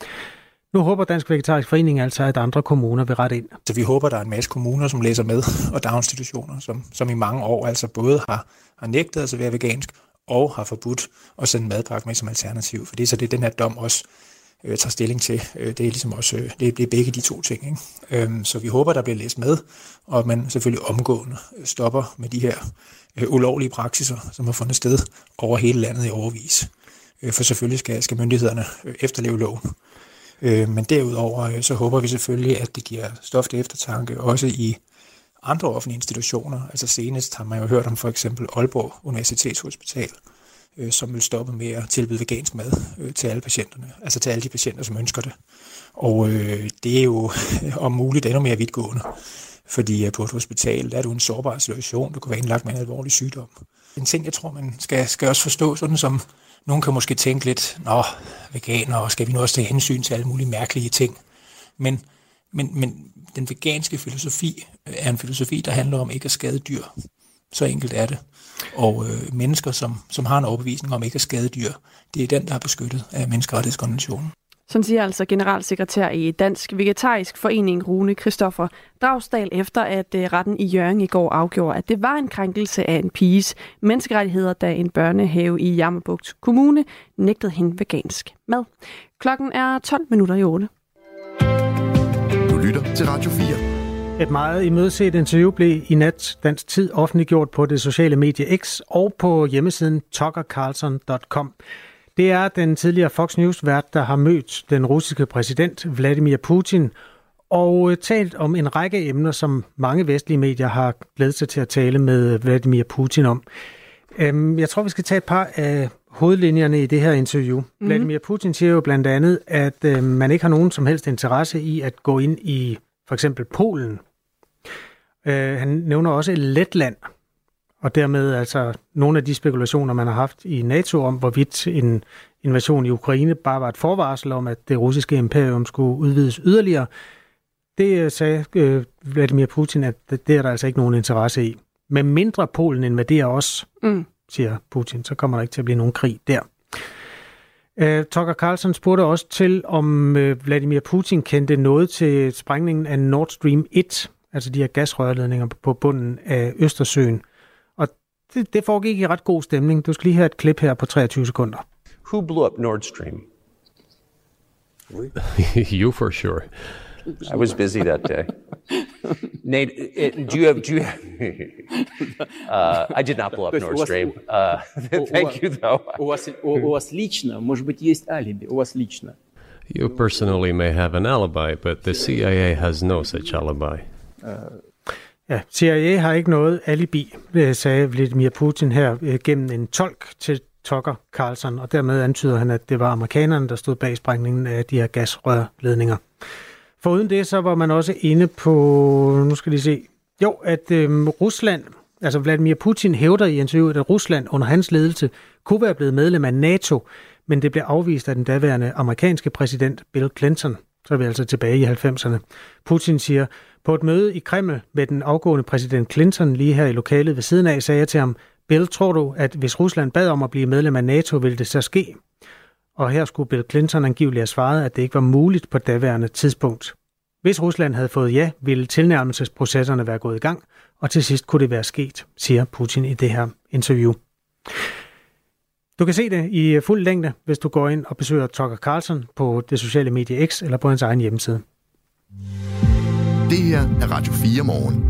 Speaker 3: Nu håber Dansk Vegetarisk Forening altså, at andre kommuner vil rette ind.
Speaker 23: Så vi håber, der er en masse kommuner, som læser med, og daginstitutioner, som i mange år altså både har nægtet at servere vegansk, og har forbudt at sende madpakke med som alternativ. For det er så det, den her dom også tager stilling til. Det er ligesom også det er begge de to ting. Ikke? Så vi håber, der bliver læst med, og at man selvfølgelig omgående stopper med de her ulovlige praksiser, som har fundet sted over hele landet i årevis. For selvfølgelig skal myndighederne efterleve loven. Men derudover så håber vi selvfølgelig, at det giver stof til eftertanke også i andre offentlige institutioner. Altså senest har man jo hørt om for eksempel Aalborg Universitetshospital, som vil stoppe med at tilbyde vegansk mad til alle patienterne, altså til alle de patienter, som ønsker det. Og det er jo om muligt endnu mere vidtgående, fordi på et hospital der er du en sårbar situation, du kan være indlagt med en alvorlig sygdom. En ting, jeg tror, man skal også forstå, sådan som nogen kan måske tænke lidt, veganer, skal vi nu også tage hensyn til alle mulige mærkelige ting? Men den veganske filosofi er en filosofi, der handler om ikke at skade dyr. Så enkelt er det. Og mennesker, som har en overbevisning om ikke at skade dyr, det er den, der er beskyttet af menneskerettighedskonventionen.
Speaker 4: Sådan siger altså generalsekretær i Dansk Vegetarisk Forening Rune Christoffer Dragsdal, efter at retten i Hjørring i går afgjorde, at det var en krænkelse af en piges menneskerettigheder, da en børnehave i Jammerbugt Kommune nægtede hende vegansk mad. Klokken er 8:12.
Speaker 2: Du lytter til Radio 4.
Speaker 3: Et meget imødeset interview blev i nat dansk tid offentliggjort på det sociale medie X og på hjemmesiden tuckercarlson.com. Det er den tidligere Fox News-vært, der har mødt den russiske præsident Vladimir Putin og talt om en række emner, som mange vestlige medier har glædet sig til at tale med Vladimir Putin om. Jeg tror, vi skal tage et par af hovedlinjerne i det her interview. Vladimir Putin siger jo blandt andet, at man ikke har nogen som helst interesse i at gå ind i for eksempel Polen. Han nævner også Letland, og dermed altså nogle af de spekulationer, man har haft i NATO om, hvorvidt en invasion i Ukraine bare var et forvarsel om, at det russiske imperium skulle udvides yderligere. Det sagde Vladimir Putin, at det er der altså ikke nogen interesse i. Med mindre Polen invaderer os, siger Putin, så kommer der ikke til at blive nogen krig der. Tucker Carlson spurgte også til, om Vladimir Putin kendte noget til sprængningen af Nord Stream 1, altså de her gasrørledninger på bunden af Østersøen. Og det foregik i ret god stemning. Du skal lige have et klip her på 23 sekunder.
Speaker 5: Who blew up Nord Stream?
Speaker 6: You for sure.
Speaker 5: I was busy that day. Nate, do you have I did not blow up Nord Stream. Thank you, though.
Speaker 8: У вас лично, может быть, есть алиби. У вас лично.
Speaker 6: You personally may have an alibi, but the CIA has no such alibi.
Speaker 3: Ja, CIA har ikke noget alibi, sagde Vladimir Putin her gennem en tolk til Tucker Carlson, og dermed antyder han, at det var amerikanerne, der stod bag sprængningen af de her gasrørledninger. Foruden det, så var man også inde på, nu skal de se, at Rusland, altså Vladimir Putin hævder i interviewet, at Rusland under hans ledelse kunne være blevet medlem af NATO, men det blev afvist af den daværende amerikanske præsident Bill Clinton. Så er vi altså tilbage i 90'erne. Putin siger, på et møde i Kreml med den afgående præsident Clinton lige her i lokalet ved siden af, sagde jeg til ham, Bill, tror du, at hvis Rusland bad om at blive medlem af NATO, ville det så ske? Og her skulle Bill Clinton angiveligt have svaret, at det ikke var muligt på daværende tidspunkt. Hvis Rusland havde fået ja, ville tilnærmelsesprocesserne være gået i gang, og til sidst kunne det være sket, siger Putin i det her interview. Du kan se det i fuld længde, hvis du går ind og besøger Tucker Carlson på det sociale medie X eller på hans egen hjemmeside.
Speaker 2: Det her er Radio 4 morgen.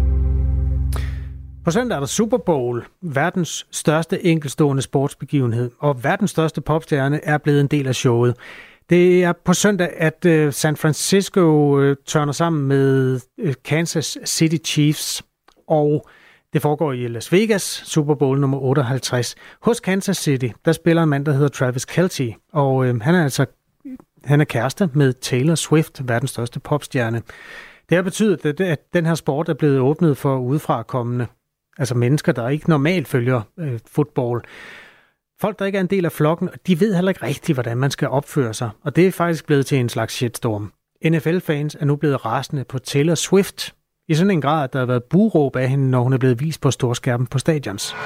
Speaker 3: På søndag er der Super Bowl, verdens største enkeltstående sportsbegivenhed, og verdens største popstjerne er blevet en del af showet. Det er på søndag, at San Francisco tørner sammen med Kansas City Chiefs, og det foregår i Las Vegas, Super Bowl nummer 58. Hos Kansas City, der spiller en mand, der hedder Travis Kelce, og han er kæreste med Taylor Swift, verdens største popstjerne. Det har betydet, at den her sport er blevet åbnet for udefrakommende, altså mennesker, der ikke normalt følger fodbold. Folk, der ikke er en del af flokken, de ved heller ikke rigtigt, hvordan man skal opføre sig, og det er faktisk blevet til en slags shitstorm. NFL-fans er nu blevet rasende på Taylor Swift, i sådan en grad, at der har været buråb af hende, når hun er blevet vist på storskærmen på stadions.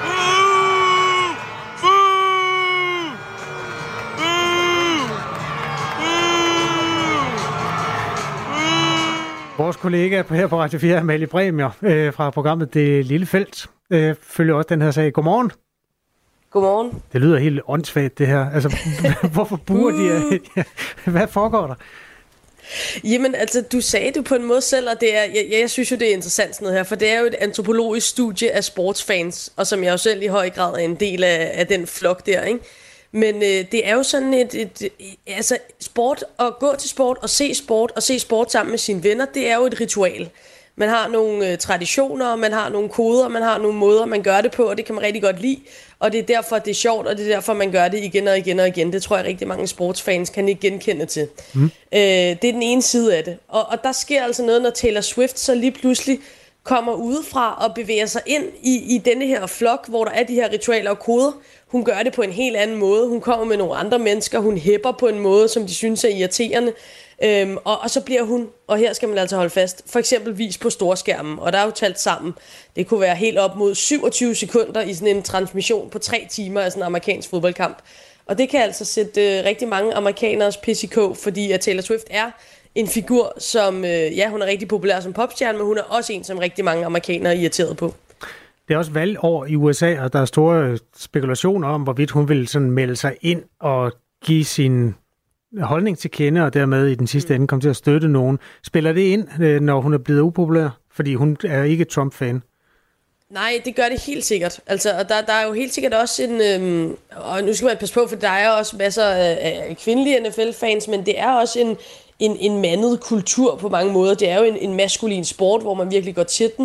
Speaker 3: Vores kollega her på Radio 4, Amalie Bremier, fra programmet Det Lille Felt, følger også den her sag. Godmorgen.
Speaker 24: Godmorgen.
Speaker 3: Det lyder helt åndssvagt, det her. Altså, hvorfor buer de? Hvad foregår der?
Speaker 24: Jamen, altså, du sagde det på en måde selv, og det er, jeg synes jo, det er interessant sådan noget her, for det er jo et antropologisk studie af sportsfans, og som jeg jo selv i høj grad er en del af den flok der, ikke? Men det er jo sådan altså sport, at gå til sport og se sport sammen med sine venner, det er jo et ritual. Man har nogle traditioner, man har nogle koder, man har nogle måder, man gør det på, og det kan man rigtig godt lide. Og det er derfor, det er sjovt, og det er derfor, man gør det igen og igen og igen. Det tror jeg rigtig mange sportsfans kan ikke genkende til. Det er den ene side af det. Og der sker altså noget, når Taylor Swift så lige pludselig kommer udefra og bevæger sig ind i denne her flok, hvor der er de her ritualer og koder. Hun gør det på en helt anden måde. Hun kommer med nogle andre mennesker. Hun hæpper på en måde, som de synes er irriterende. Og så bliver hun, og her skal man altså holde fast, for eksempel vist på storskærmen. Og der er jo talt sammen. Det kunne være helt op mod 27 sekunder i sådan en transmission på 3 timer af sådan en amerikansk fodboldkamp. Og det kan altså sætte rigtig mange amerikaneres pis i kog, fordi at Taylor Swift er en figur, som, hun er rigtig populær som popstjerne, men hun er også en, som rigtig mange amerikanere er irriteret på.
Speaker 3: Det er også valgår i USA, og der er store spekulationer om, hvorvidt hun vil sådan melde sig ind og give sin holdning til kende, og dermed i den sidste ende komme til at støtte nogen. Spiller det ind, når hun er blevet upopulær? Fordi hun er ikke Trump-fan.
Speaker 24: Nej, det gør det helt sikkert. Altså, og der er jo helt sikkert også en... og nu skal man passe på, for der er også masser af kvindelige NFL-fans, men det er også en mandet kultur på mange måder. Det er jo en maskulin sport, hvor man virkelig går til den.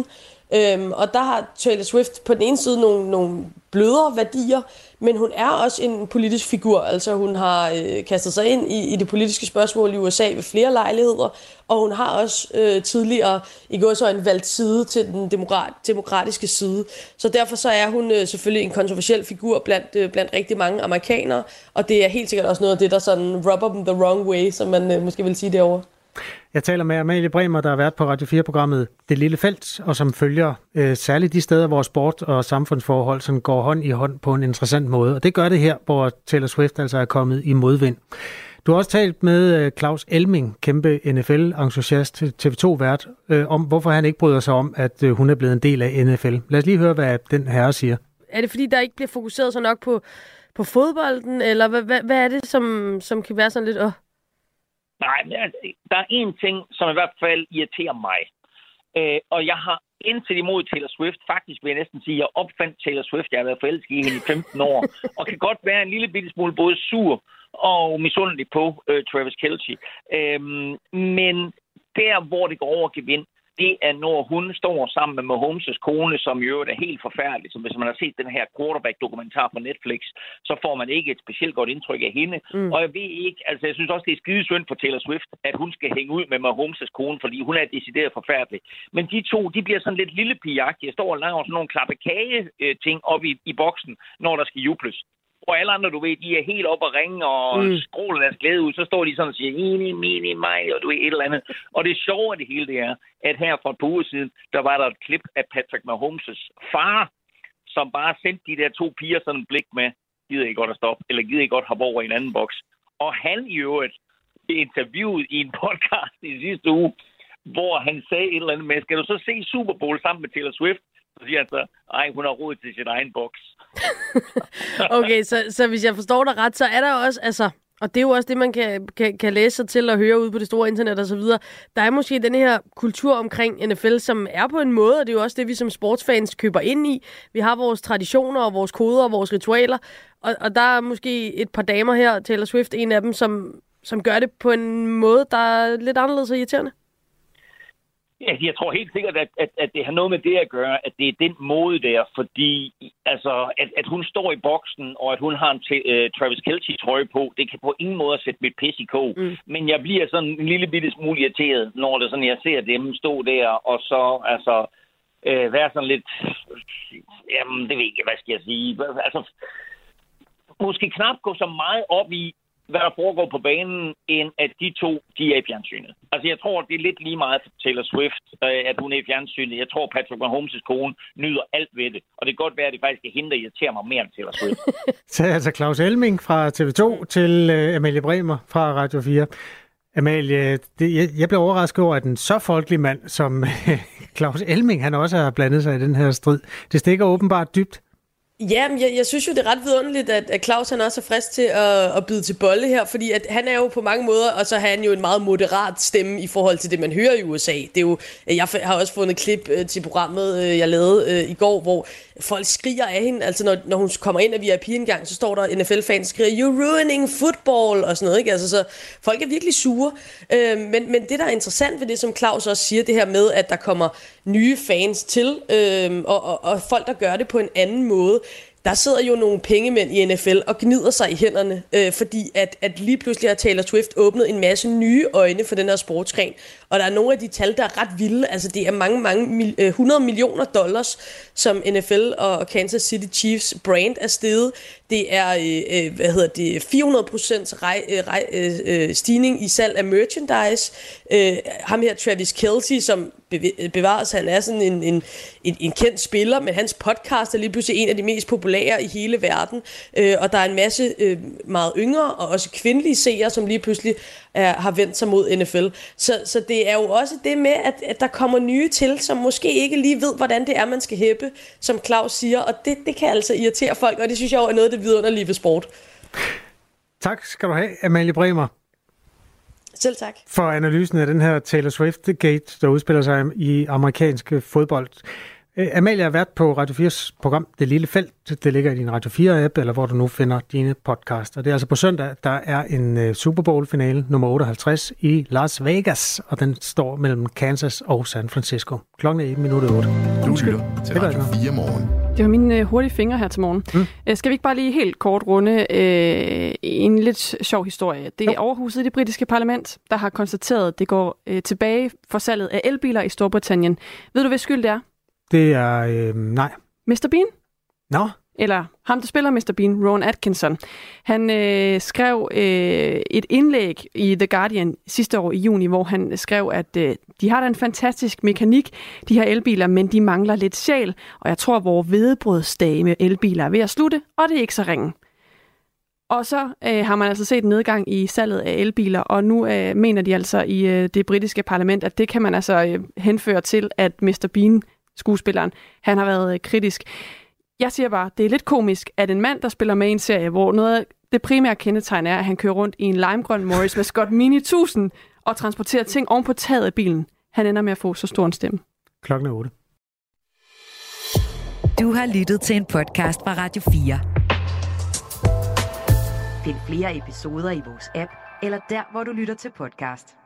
Speaker 24: Og der har Taylor Swift på den ene side nogle blødere værdier, men hun er også en politisk figur. Altså hun har kastet sig ind i det politiske spørgsmål i USA ved flere lejligheder, og hun har også tidligere i gåseøjne valgt side til den demokratiske side. Så derfor så er hun selvfølgelig en kontroversiel figur blandt rigtig mange amerikanere, og det er helt sikkert også noget af det, der sådan rubber them the wrong way, som man måske vil sige derovre.
Speaker 3: Jeg taler med Amalie Bremer, der har været på Radio 4-programmet Det Lille Felt, og som følger særligt de steder, hvor sport og samfundsforhold sådan går hånd i hånd på en interessant måde. Og det gør det her, hvor Taylor Swift altså er kommet i modvind. Du har også talt med Claus Elming, kæmpe NFL-entusiast, TV2-vært, om hvorfor han ikke bryder sig om, at hun er blevet en del af NFL. Lad os lige høre, hvad den herre siger.
Speaker 24: Er det fordi, der ikke bliver fokuseret så nok på fodbolden, eller hvad er det, som kan være sådan lidt...
Speaker 7: Nej, der er en ting, som i hvert fald irriterer mig. Og jeg har indtil imod Taylor Swift. Faktisk vil jeg næsten sige, at jeg opfandt Taylor Swift. Jeg har været forelsket i hende i 15 år. Og kan godt være en lille bitte smule både sur og misundelig på Travis Kelce. Men der, hvor det går over gevind, det er, når hun står sammen med Mahomes' kone, som jo er helt forfærdelig. Så hvis man har set den her quarterback-dokumentar på Netflix, så får man ikke et specielt godt indtryk af hende. Og jeg ved ikke, altså jeg synes også, det er skidesynd for Taylor Swift, at hun skal hænge ud med Mahomes' kone, fordi hun er decideret forfærdelig. Men de to, de bliver sådan lidt lillepigeagtige. Jeg står og laver sådan nogle klappekage-ting op i boksen, når der skal jubles. Og alle andre, du ved, de er helt op og ringe og skråler deres glæde ud. Så står de sådan og siger, mini, mig, og du ved, et eller andet. Og det sjove af det hele, det er, at her for et par uger siden, der var der et klip af Patrick Mahomes' far, som bare sendte de der to piger sådan en blik med, gider I godt at stoppe, eller gider I godt hoppe over i en anden boks. Og han i øvrigt blev interviewet i en podcast i sidste uge, hvor han sagde et eller andet med, skal du så se Super Bowl sammen med Taylor Swift? Så siger han så, hun har råd til sin egen boks.
Speaker 24: Okay, så hvis jeg forstår dig ret, så er der også, altså, og det er jo også det, man kan læse sig til og høre ude på det store internet og så videre. Der er måske den her kultur omkring NFL, som er på en måde, og det er jo også det, vi som sportsfans køber ind i. Vi har vores traditioner og vores koder og vores ritualer, og der er måske et par damer her, Taylor Swift, en af dem, som gør det på en måde, der er lidt anderledes og irriterende.
Speaker 7: Ja, jeg tror helt sikkert, at det har noget med det at gøre, at det er den måde der, fordi altså, at hun står i boksen, og at hun har en Travis Kelce-trøje på, det kan på ingen måde sætte mit pis i kog. Men jeg bliver sådan en lille bitte smule irriteret, når det sådan, jeg ser dem stå der, og så altså være sådan lidt, jamen det ved jeg ikke, hvad skal jeg sige, altså måske knap gå så meget op i, hvad der foregår på banen, end at de to, de er i fjernsynet. Altså, jeg tror, det er lidt lige meget for Taylor Swift, at hun er i fjernsynet. Jeg tror, Patrick Mahomes' kone nyder alt ved det. Og det kan godt være, at det faktisk er hende, der irriterer mig mere end Taylor Swift.
Speaker 3: Så altså Claus Elming fra TV2 til Amalie Bremer fra Radio 4. Amalie, jeg blev overrasket over, at en så folkelig mand som Claus Elming, han også har blandet sig i den her strid. Det stikker åbenbart dybt.
Speaker 24: Ja, men jeg synes jo, det er ret vidunderligt, at Claus han også er frisk til at bide til bolle her, fordi at han er jo på mange måder, og så har han jo en meget moderat stemme i forhold til det, man hører i USA. Det er jo, jeg har også fundet klip til programmet, jeg lavede i går, hvor folk skriger af hende. Altså når hun kommer ind af VIP-indgang, så står der NFL-fans skriger, "You're ruining football", og sådan noget, ikke? Altså, så folk er virkelig sure. Men det, der er interessant ved det, som Claus også siger, det her med, at der kommer nye fans til, og folk, der gør det på en anden måde. Der sidder jo nogle pengemænd i NFL og gnider sig i hænderne, fordi at lige pludselig har Taylor Swift åbnet en masse nye øjne for den her sportsgren. Og der er nogle af de tal, der er ret vilde. Altså det er mange 100 millioner dollars, som NFL og Kansas City Chiefs brand er steget. Det er 400% stigning i salg af merchandise. Ham her Travis Kelce, som bevares, han er sådan en kendt spiller, men hans podcast er lige pludselig en af de mest populære i hele verden. Og der er en masse meget yngre og også kvindelige seere, som lige pludselig har vendt sig mod NFL. Så det er jo også det med, at der kommer nye til, som måske ikke lige ved, hvordan det er, man skal hæppe, som Claus siger, og det kan altså irritere folk, og det synes jeg jo er noget af det vidunderlige ved sport.
Speaker 3: Tak skal du have, Amalie Bremer.
Speaker 24: Selv tak.
Speaker 3: For analysen af den her Taylor Swift-gate, der udspiller sig i amerikansk fodbold. Amalie har været på Radio 4's program Det Lille Felt. Det ligger i din Radio 4-app, eller hvor du nu finder dine podcaster. Det er altså på søndag, der er en Super Bowl-finale, nummer 58, i Las Vegas, og den står mellem Kansas og San Francisco. Klokken er 1:08.
Speaker 2: Du lytter til Radio 4 morgen.
Speaker 4: Det var mine hurtige fingre her til morgen. Skal vi ikke bare lige helt kort runde en lidt sjov historie? Det er overhuset i det britiske parlament, der har konstateret, at det går tilbage for salget af elbiler i Storbritannien. Ved du, hvad skyld det er?
Speaker 3: Det er... nej.
Speaker 4: Mr. Bean?
Speaker 3: Nå.
Speaker 4: Eller ham, der spiller Mr. Bean, Rowan Atkinson. Han skrev et indlæg i The Guardian sidste år i juni, hvor han skrev, at de har da en fantastisk mekanik, de her elbiler, men de mangler lidt sjæl, og jeg tror, vores hvedebrødsdage med elbiler er ved at slutte, og det er ikke så ringe. Og så har man altså set en nedgang i salget af elbiler, og nu mener de altså i det britiske parlament, at det kan man altså henføre til, at Mr. Bean, skuespilleren, han har været kritisk. Jeg siger bare, det er lidt komisk, at en mand, der spiller med i en serie, hvor noget af det primære kendetegn er, at han kører rundt i en limegrøn Morris Mascot Mini 1000 og transporterer ting oven på taget af bilen. Han ender med at få så stor en stemme.
Speaker 3: Klokken er 8.
Speaker 9: Du har lyttet til en podcast fra Radio 4. Find flere episoder i vores app, eller der, hvor du lytter til podcast.